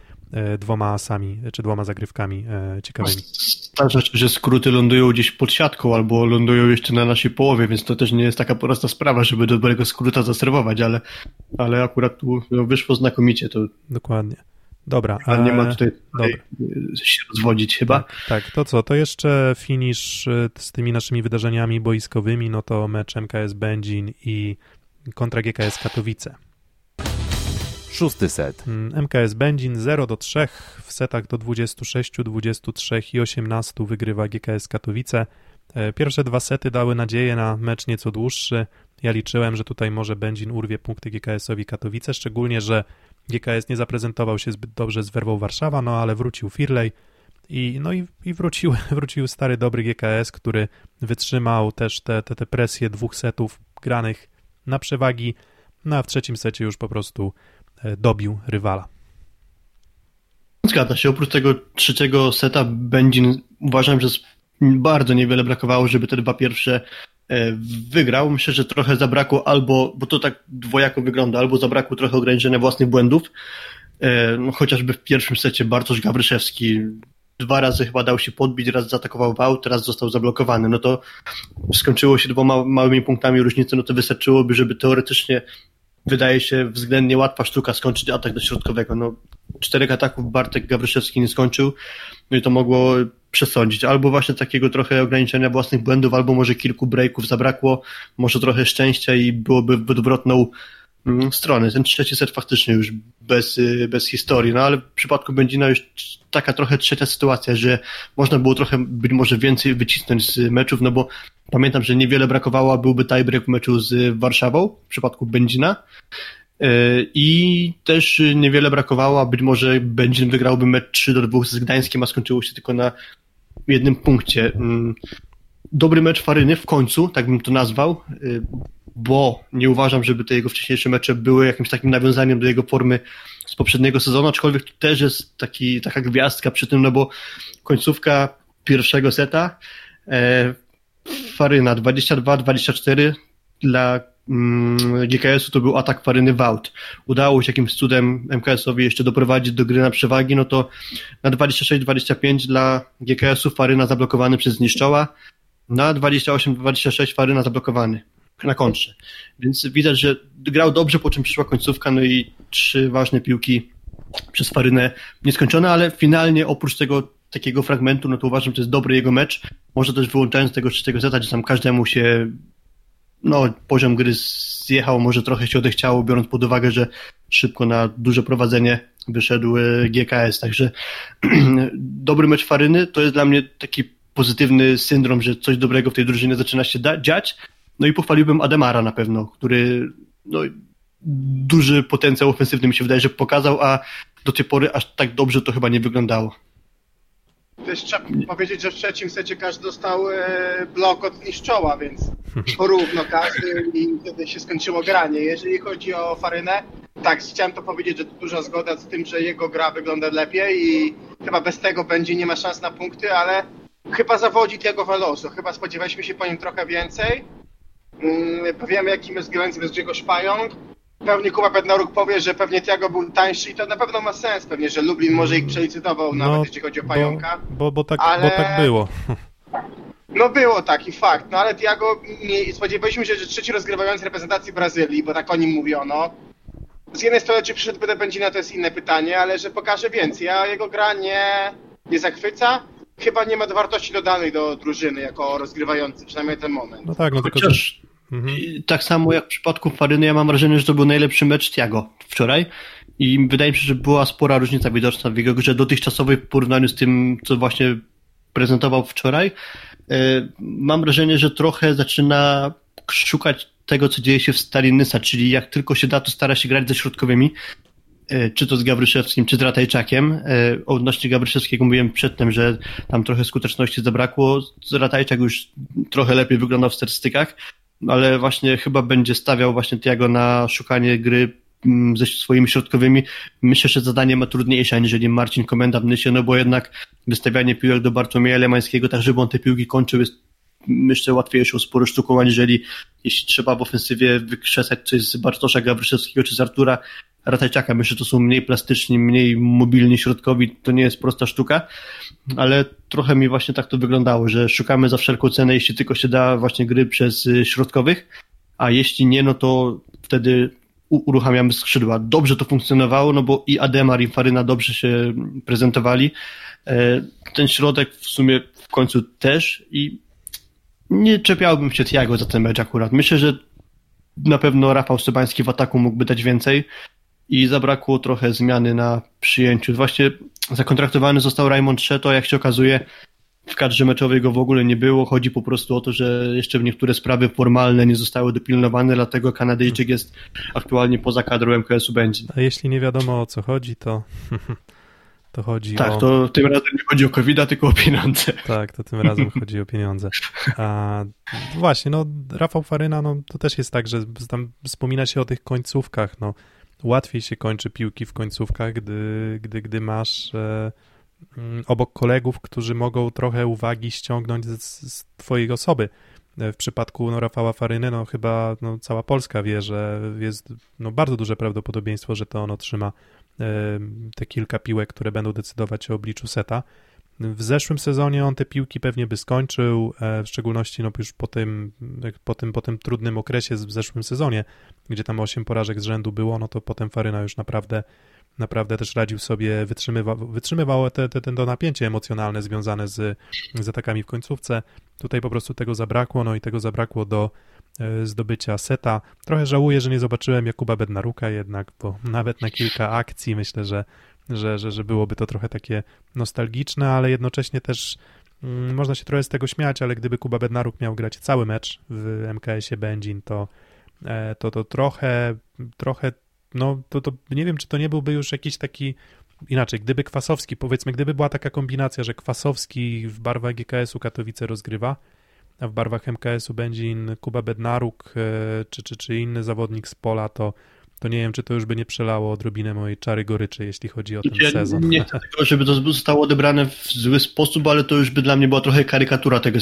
2 asami, czy 2 zagrywkami ciekawymi. Zdarza się, że skróty lądują gdzieś pod siatką albo lądują jeszcze na naszej połowie, więc to też nie jest taka prosta sprawa, żeby dobrego skróta zaserwować, ale akurat tu wyszło znakomicie. To... Dokładnie. Dobra. A nie ma tutaj się rozwodzić chyba. Tak, to co? To jeszcze finisz z tymi naszymi wydarzeniami boiskowymi, to mecz MKS Będzin i kontra GKS Katowice. 6. set. MKS Będzin 0-3, w setach do 26, 23 i 18 wygrywa GKS Katowice. Pierwsze 2 sety dały nadzieję na mecz nieco dłuższy. Ja liczyłem, że tutaj może Będzin urwie punkty GKS-owi Katowice, szczególnie, że GKS nie zaprezentował się zbyt dobrze z Werwą Warszawa, ale wrócił Firlej i wrócił stary, dobry GKS, który wytrzymał też te presje 2 setów granych na przewagi, a w trzecim secie już po prostu dobił rywala. Zgadza się, oprócz tego trzeciego seta Będzin uważam, że bardzo niewiele brakowało, żeby te 2 pierwsze wygrał. Myślę, że trochę zabrakło bo to tak dwojako wygląda, albo zabrakło trochę ograniczenia własnych błędów, chociażby w pierwszym secie Bartosz Gawryszewski 2 razy chyba dał się podbić, raz zaatakował w aut, raz został zablokowany, to skończyło się 2 małymi punktami różnicy, to wystarczyłoby, żeby teoretycznie, wydaje się, względnie łatwa sztuka skończyć atak do środkowego. 4 ataków Bartek Gawryszewski nie skończył, i to mogło przesądzić. Albo właśnie takiego trochę ograniczenia własnych błędów, albo może kilku breaków zabrakło, może trochę szczęścia i byłoby w odwrotną stronę. Ten trzeci set faktycznie już bez historii, ale w przypadku Będzina już taka trochę trzecia sytuacja, że można było trochę być może więcej wycisnąć z meczów, bo pamiętam, że niewiele brakowało, a byłby tiebreak w meczu z Warszawą w przypadku Będzina i też niewiele brakowało, a być może Będzin wygrałby mecz 3-2 z Gdańskiem, a skończyło się tylko na 1 punkcie. Dobry mecz Faryny w końcu, tak bym to nazwał, bo nie uważam, żeby te jego wcześniejsze mecze były jakimś takim nawiązaniem do jego formy z poprzedniego sezonu, aczkolwiek tu też jest taka gwiazdka przy tym, bo końcówka pierwszego seta. Faryna 22-24 dla GKS-u to był atak Faryny w aut. Udało się jakimś cudem MKS-owi jeszcze doprowadzić do gry na przewagi, no to na 26-25 dla GKS-u Faryna zablokowany przez Niszczoła, na 28-26 Faryna zablokowany na kontrze. Więc widać, że grał dobrze, po czym przyszła końcówka, no i 3 ważne piłki przez Farynę nieskończone, ale finalnie oprócz tego takiego fragmentu, no to uważam, że to jest dobry jego mecz. Może też wyłączając tego trzeciego seta, gdzie tam każdemu się poziom gry zjechał, może trochę się odechciało, biorąc pod uwagę, że szybko na duże prowadzenie wyszedł GKS. Także dobry mecz Faryny to jest dla mnie taki pozytywny syndrom, że coś dobrego w tej drużynie zaczyna się dziać. No i pochwaliłbym Ademara na pewno, który duży potencjał ofensywny mi się wydaje, że pokazał, a do tej pory aż tak dobrze to chyba nie wyglądało. Też trzeba powiedzieć, że w trzecim secie każdy dostał blok od Niszczoła, więc porówno każdy i wtedy się skończyło granie. Jeżeli chodzi o Farynę, tak, chciałem to powiedzieć, że to duża zgoda z tym, że jego gra wygląda lepiej i chyba bez tego będzie nie ma szans na punkty, ale chyba zawodzi Thiago Veloso. Chyba spodziewaliśmy się po nim trochę więcej. Powiemy, jakim jest grający bez Grzegorz Pająk. Pewnie Kuba Bednaruk powie, że pewnie Thiago był tańszy i to na pewno ma sens, pewnie, że Lublin może ich przelicytował nawet jeśli chodzi o Pająka. Bo tak było. No było taki fakt, no ale Thiago, spodziewaliśmy się, że trzeci rozgrywający reprezentacji Brazylii, bo tak o nim mówiono. Z jednej strony, czy przyszedł do Będzina, to jest inne pytanie, ale że pokaże więcej, a jego gra nie zachwyca. Chyba nie ma wartości dodanej do drużyny jako rozgrywający, przynajmniej ten moment. No tak, no tylko chociaż tak samo jak w przypadku Faryny, ja mam wrażenie, że to był najlepszy mecz Thiago wczoraj i wydaje mi się, że była spora różnica widoczna w jego grze dotychczasowej w porównaniu z tym, co właśnie prezentował wczoraj. Mam wrażenie, że trochę zaczyna szukać tego, co dzieje się w Stali Nysa, czyli jak tylko się da, to stara się grać ze środkowymi, czy to z Gawryszewskim, czy z Ratajczakiem. Odnośnie Gawryszewskiego mówiłem przedtem, że tam trochę skuteczności zabrakło. Ratajczak już trochę lepiej wyglądał w statystykach, ale właśnie chyba będzie stawiał właśnie Thiago na szukanie gry ze swoimi środkowymi. Myślę, że zadanie ma trudniejsze aniżeli Marcin Komenda w Nysie, no bo jednak wystawianie piłek do Bartłomieja Lemańskiego, tak żeby on te piłki kończył, jest myślę łatwiejszą sporo sztuką, aniżeli jeśli trzeba w ofensywie wykrzesać coś z Bartosza Gawryszewskiego czy z Artura Ratajczaka. Myślę, że to są mniej plastyczni, mniej mobilni środkowi, to nie jest prosta sztuka, ale trochę mi właśnie tak to wyglądało, że szukamy za wszelką cenę, jeśli tylko się da właśnie gry przez środkowych, a jeśli nie, no to wtedy uruchamiamy skrzydła. Dobrze to funkcjonowało, no bo i Ademar, i Faryna dobrze się prezentowali. Ten środek w sumie w końcu też i nie czepiałbym się Thiago za ten mecz akurat. Myślę, że na pewno Rafał Sobański w ataku mógłby dać więcej i zabrakło trochę zmiany na przyjęciu. Właśnie zakontraktowany został Raymond Szeto, jak się okazuje w kadrze meczowej go w ogóle nie było. Chodzi po prostu o to, że jeszcze niektóre sprawy formalne nie zostały dopilnowane, dlatego Kanadyjczyk jest aktualnie poza kadrą MKS-u Będzin. A jeśli nie wiadomo o co chodzi, to chodzi tak, to tym razem nie chodzi o COVID-a, tylko o pieniądze. Tak, to tym razem chodzi o pieniądze. A właśnie, Rafał Faryna, to też jest tak, że tam wspomina się o tych końcówkach, łatwiej się kończy piłki w końcówkach, gdy masz obok kolegów, którzy mogą trochę uwagi ściągnąć z twojej osoby. W przypadku Rafała Faryny, chyba cała Polska wie, że jest bardzo duże prawdopodobieństwo, że to on otrzyma te kilka piłek, które będą decydować o obliczu seta. W zeszłym sezonie on te piłki pewnie by skończył, w szczególności już po tym trudnym okresie w zeszłym sezonie, gdzie tam 8 porażek z rzędu było, to potem Faryna już naprawdę też radził sobie, wytrzymywał to napięcie emocjonalne związane z atakami w końcówce. Tutaj po prostu tego zabrakło, i tego zabrakło do zdobycia seta. Trochę żałuję, że nie zobaczyłem Jakuba Bednaruka jednak, bo nawet na kilka akcji myślę, że byłoby to trochę takie nostalgiczne, ale jednocześnie też można się trochę z tego śmiać, ale gdyby Kuba Bednaruk miał grać cały mecz w MKS-ie Będzin, to trochę to nie wiem, czy to nie byłby już jakiś taki inaczej, gdyby Kwasowski, powiedzmy, gdyby była taka kombinacja, że Kwasowski w barwach GKS-u Katowice rozgrywa, a w barwach MKS-u Będzin Kuba Bednaruk czy inny zawodnik z pola, to to nie wiem, czy to już by nie przelało odrobinę mojej czary goryczy, jeśli chodzi o ten sezon. Nie chcę tego, żeby to zostało odebrane w zły sposób, ale to już by dla mnie była trochę karykatura tego.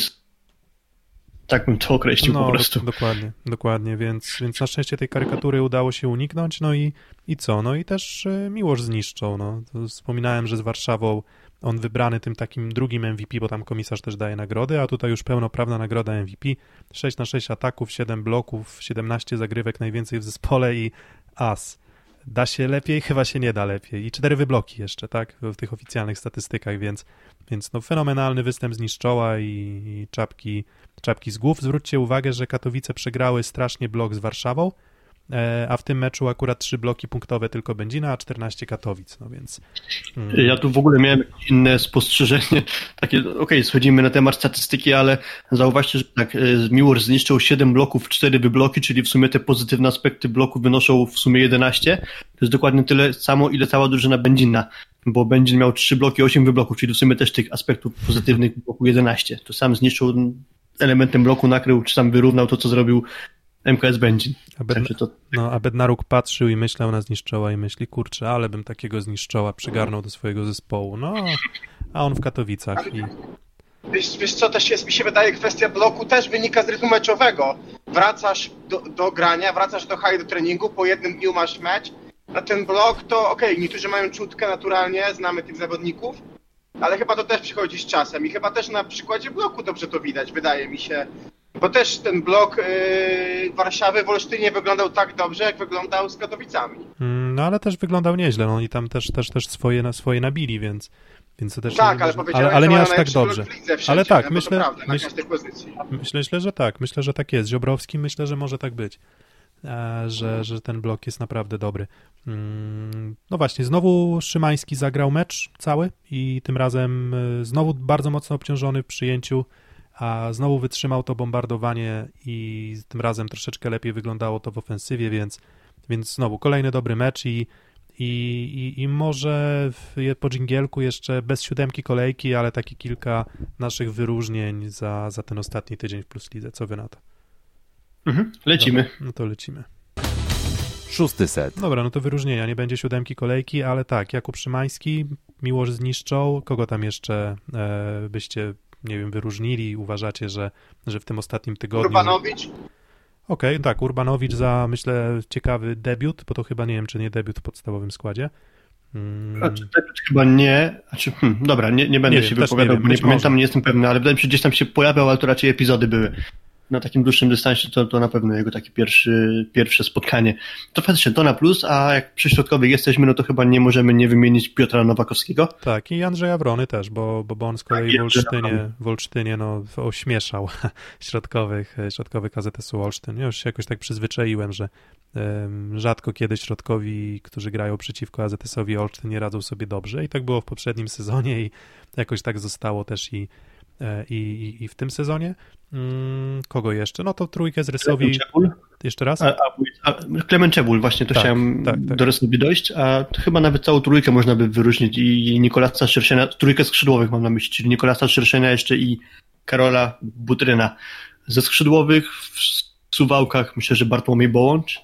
Tak bym to określił po prostu. Dokładnie, więc na szczęście tej karykatury udało się uniknąć, no i co? No i też Miłosz zniszczą, no. To wspominałem, że z Warszawą on wybrany tym takim drugim MVP, bo tam komisarz też daje nagrody, a tutaj już pełnoprawna nagroda MVP, 6/6 ataków, 7 bloków, 17 zagrywek, najwięcej w zespole i as. Da się lepiej? Chyba się nie da lepiej. I 4 wybloki jeszcze, tak? W tych oficjalnych statystykach, więc no fenomenalny występ z Niszczoła i czapki z głów. Zwróćcie uwagę, że Katowice przegrały strasznie blok z Warszawą, a w tym meczu akurat 3 bloki punktowe tylko Będzina, a 14 Katowic, no więc... Ja tu w ogóle miałem inne spostrzeżenie, takie, schodzimy na temat statystyki, ale zauważcie, że tak, Miłosz zniszczył 7 bloków, 4 wybloki, czyli w sumie te pozytywne aspekty bloku wynoszą w sumie 11, to jest dokładnie tyle samo, ile cała drużyna Będzina, bo Będzin miał 3 bloki, 8 wybloków, czyli w sumie też tych aspektów pozytywnych bloku 11, to sam zniszczył elementem bloku, nakrył, czy sam wyrównał to, co zrobił MKS Będzin. A Bednaruk patrzył i myślał na Zniszczoła i myśli, kurczę, ale bym takiego Zniszczoła przygarnął do swojego zespołu. No, a on w Katowicach. Wiesz co, też jest, mi się wydaje, kwestia bloku też wynika z rytmu meczowego. Wracasz do grania, wracasz do treningu, po jednym dniu masz mecz. Na ten blok to niektórzy mają czutkę naturalnie, znamy tych zawodników, ale chyba to też przychodzi z czasem i chyba też na przykładzie bloku dobrze to widać, wydaje mi się. Bo też ten blok Warszawy w Olsztynie wyglądał tak dobrze, jak wyglądał z Katowicami. No ale też wyglądał nieźle, no oni tam też swoje nabili, więc to też... Tak, ale nie aż tak dobrze. Ale tak, myślę, że tak. Myślę, że tak jest. Ziobrowski, myślę, że może tak być. Że ten blok jest naprawdę dobry. No właśnie, znowu Szymański zagrał mecz cały i tym razem znowu bardzo mocno obciążony w przyjęciu, a znowu wytrzymał to bombardowanie i tym razem troszeczkę lepiej wyglądało to w ofensywie, więc znowu kolejny dobry mecz i może po dżingielku jeszcze bez 7 kolejki, ale takie kilka naszych wyróżnień za ten ostatni tydzień w Plus Lidze. Co wy na to? Lecimy. Dobra, no to lecimy. 6. set. Dobra, no to wyróżnienia. Nie będzie 7 kolejki, ale tak, Jakub Szymański, Miłosz zniszczą. Kogo tam jeszcze byście, nie wiem, wyróżnili i uważacie, że w tym ostatnim tygodniu... Urbanowicz? Okej, tak, Urbanowicz za, myślę, ciekawy debiut, bo to chyba, nie wiem, czy nie debiut w podstawowym składzie. Debiut chyba nie. Dobra, nie będę się wypowiadał, bo nie pamiętam, nie jestem pewny, ale wydaje mi się, że gdzieś tam się pojawiał, ale to raczej epizody były. Na takim dłuższym dystansie to na pewno jego takie pierwsze spotkanie. To faktycznie to na plus, a jak przy środkowych jesteśmy, no to chyba nie możemy nie wymienić Piotra Nowakowskiego. Tak, i Andrzeja Wrony też, bo on z kolei w Olsztynie ośmieszał środkowych AZS-u Olsztyn. Ja już się jakoś tak przyzwyczaiłem, że rzadko kiedy środkowi, którzy grają przeciwko AZS-owi Olsztyn, nie radzą sobie dobrze i tak było w poprzednim sezonie i jakoś tak zostało też i w tym sezonie. Kogo jeszcze? No to trójkę z Rysowi. Jeszcze raz? Klement Czebul, właśnie to chciałem do Rysowi dojść, a chyba nawet całą trójkę można by wyróżnić i Nikolasa Szerszenia, trójkę skrzydłowych mam na myśli, czyli Nikolasa Szerszenia jeszcze i Karola Butryna. Ze skrzydłowych w Suwałkach myślę, że Bartłomiej Bołącz.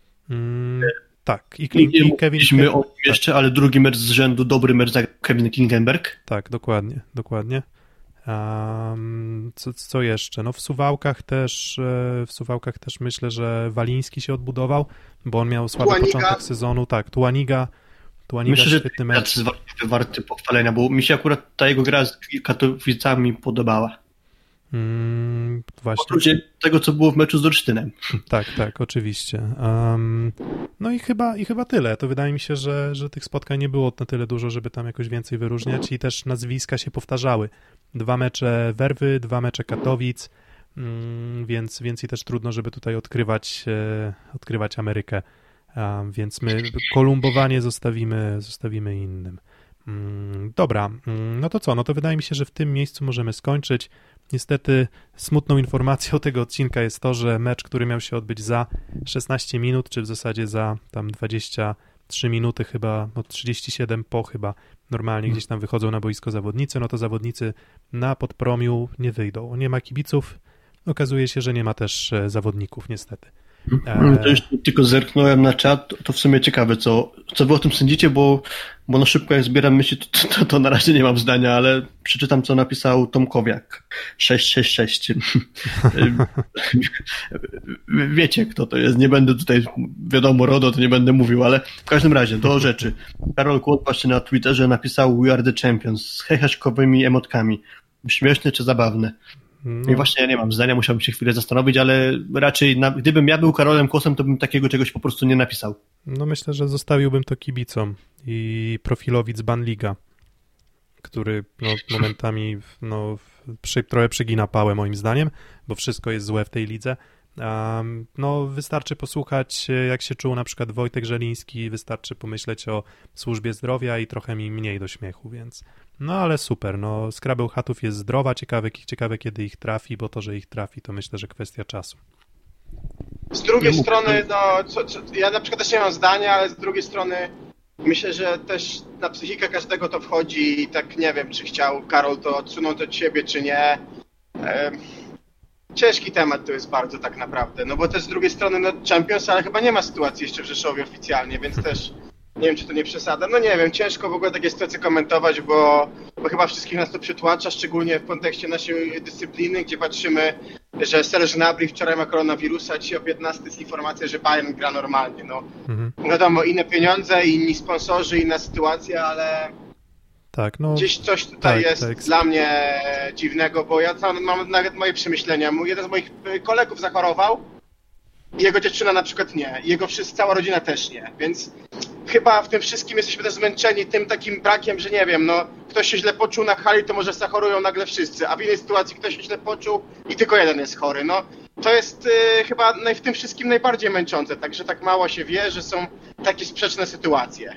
Tak, i Kevin. Mówiliśmy o nim jeszcze, ale drugi mecz z rzędu, dobry mecz za Kevin Klingenberg. Tak, dokładnie. Co jeszcze? No w Suwałkach też myślę, że Waliński się odbudował, bo on miał słaby początek sezonu. Tak, Tuaniga myślę, świetny mecz. Myślę, że warty pochwalenia, bo mi się akurat ta jego gra z Katowicami podobała. Właśnie. Oprócz tego, co było w meczu z Olsztynem. Tak, oczywiście. No i chyba tyle. To wydaje mi się, że tych spotkań nie było na tyle dużo, żeby tam jakoś więcej wyróżniać i też nazwiska się powtarzały. 2 mecze Werwy, 2 mecze Katowic, więc i też trudno, żeby tutaj odkrywać Amerykę. Więc my kolumbowanie zostawimy innym. Dobra, no to co? No to wydaje mi się, że w tym miejscu możemy skończyć. Niestety smutną informacją tego odcinka jest to, że mecz, który miał się odbyć za 16 minut, czy w zasadzie za tam 23 minuty chyba, od 37 po chyba normalnie gdzieś tam wychodzą na boisko zawodnicy, no to zawodnicy na Podpromiu nie wyjdą. Nie ma kibiców, okazuje się, że nie ma też zawodników niestety. To już tylko zerknąłem na czat, to w sumie ciekawe, co wy o tym sądzicie, bo no szybko jak zbieram myśli, to na razie nie mam zdania, ale przeczytam, co napisał Tomkowiak 666. Wiecie, kto to jest, nie będę tutaj, wiadomo, RODO, to nie będę mówił, ale w każdym razie, do rzeczy. Karol Kłod właśnie na Twitterze napisał We are the champions z heheszkowymi emotkami. Śmieszne czy zabawne? No i właśnie ja nie mam zdania, musiałbym się chwilę zastanowić, ale raczej gdybym ja był Karolem Kłosem, to bym takiego czegoś po prostu nie napisał. No myślę, że zostawiłbym to kibicom i profilowi Dzbanliga, który momentami trochę przygina pałę moim zdaniem, bo wszystko jest złe w tej lidze. Wystarczy posłuchać, jak się czuł na przykład Wojtek Żeliński, wystarczy pomyśleć o służbie zdrowia i trochę mi mniej do śmiechu, więc ale super, Skrabeł Chatów jest zdrowa, ciekawe kiedy ich trafi, bo to, że ich trafi, to myślę, że kwestia czasu. Z drugiej strony, ja na przykład też nie mam zdania, ale z drugiej strony myślę, że też na psychikę każdego to wchodzi i tak nie wiem, czy chciał Karol to odsunąć od siebie, czy nie. Ciężki temat to jest bardzo tak naprawdę, bo też z drugiej strony Champions, ale chyba nie ma sytuacji jeszcze w Rzeszowie oficjalnie, więc też nie wiem, czy to nie przesada. Nie wiem, ciężko w ogóle takie sytuacje komentować, bo chyba wszystkich nas to przytłacza, szczególnie w kontekście naszej dyscypliny, gdzie patrzymy, że Serge Gnabry wczoraj ma koronawirusa, dzisiaj o 15 jest informacja, że Bayern gra normalnie. Wiadomo, inne pieniądze, inni sponsorzy, inna sytuacja, ale tak, gdzieś coś tutaj jest dla mnie dziwnego, bo ja mam nawet moje przemyślenia. Jeden z moich kolegów zachorował i jego dziewczyna na przykład nie. I jego cała rodzina też nie. Więc chyba w tym wszystkim jesteśmy też zmęczeni tym takim brakiem, że nie wiem, ktoś się źle poczuł na hali, to może zachorują nagle wszyscy, a w innej sytuacji ktoś się źle poczuł i tylko jeden jest chory. To jest chyba w tym wszystkim najbardziej męczące, także tak mało się wie, że są takie sprzeczne sytuacje.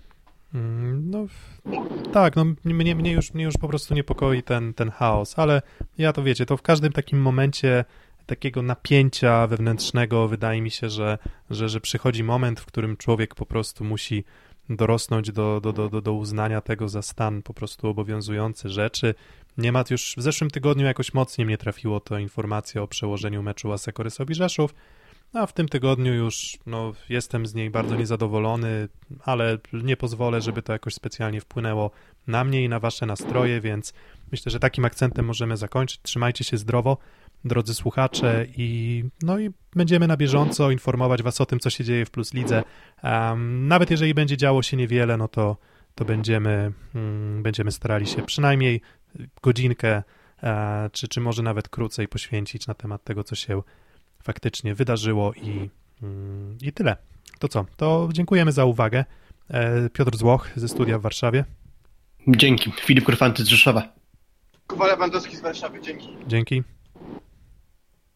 Tak, mnie już po prostu niepokoi ten chaos, ale ja to wiecie, to w każdym takim momencie takiego napięcia wewnętrznego wydaje mi się, że przychodzi moment, w którym człowiek po prostu musi dorosnąć do uznania tego za stan po prostu obowiązujący rzeczy. Nie ma już w zeszłym tygodniu jakoś mocniej mnie trafiło to informacja o przełożeniu meczu Łasekorysowi Rzeszów, a w tym tygodniu już jestem z niej bardzo niezadowolony, ale nie pozwolę, żeby to jakoś specjalnie wpłynęło na mnie i na wasze nastroje, więc myślę, że takim akcentem możemy zakończyć. Trzymajcie się zdrowo, drodzy słuchacze, i będziemy na bieżąco informować was o tym, co się dzieje w Plus Lidze. Nawet jeżeli będzie działo się niewiele, to będziemy starali się przynajmniej godzinkę, czy może nawet krócej poświęcić na temat tego, co się faktycznie wydarzyło i tyle. To co? To dziękujemy za uwagę. Piotr Złoch ze studia w Warszawie. Dzięki. Filip Korfanty z Rzeszowa. Kuba Lewandowski z Warszawy. Dzięki. Dzięki.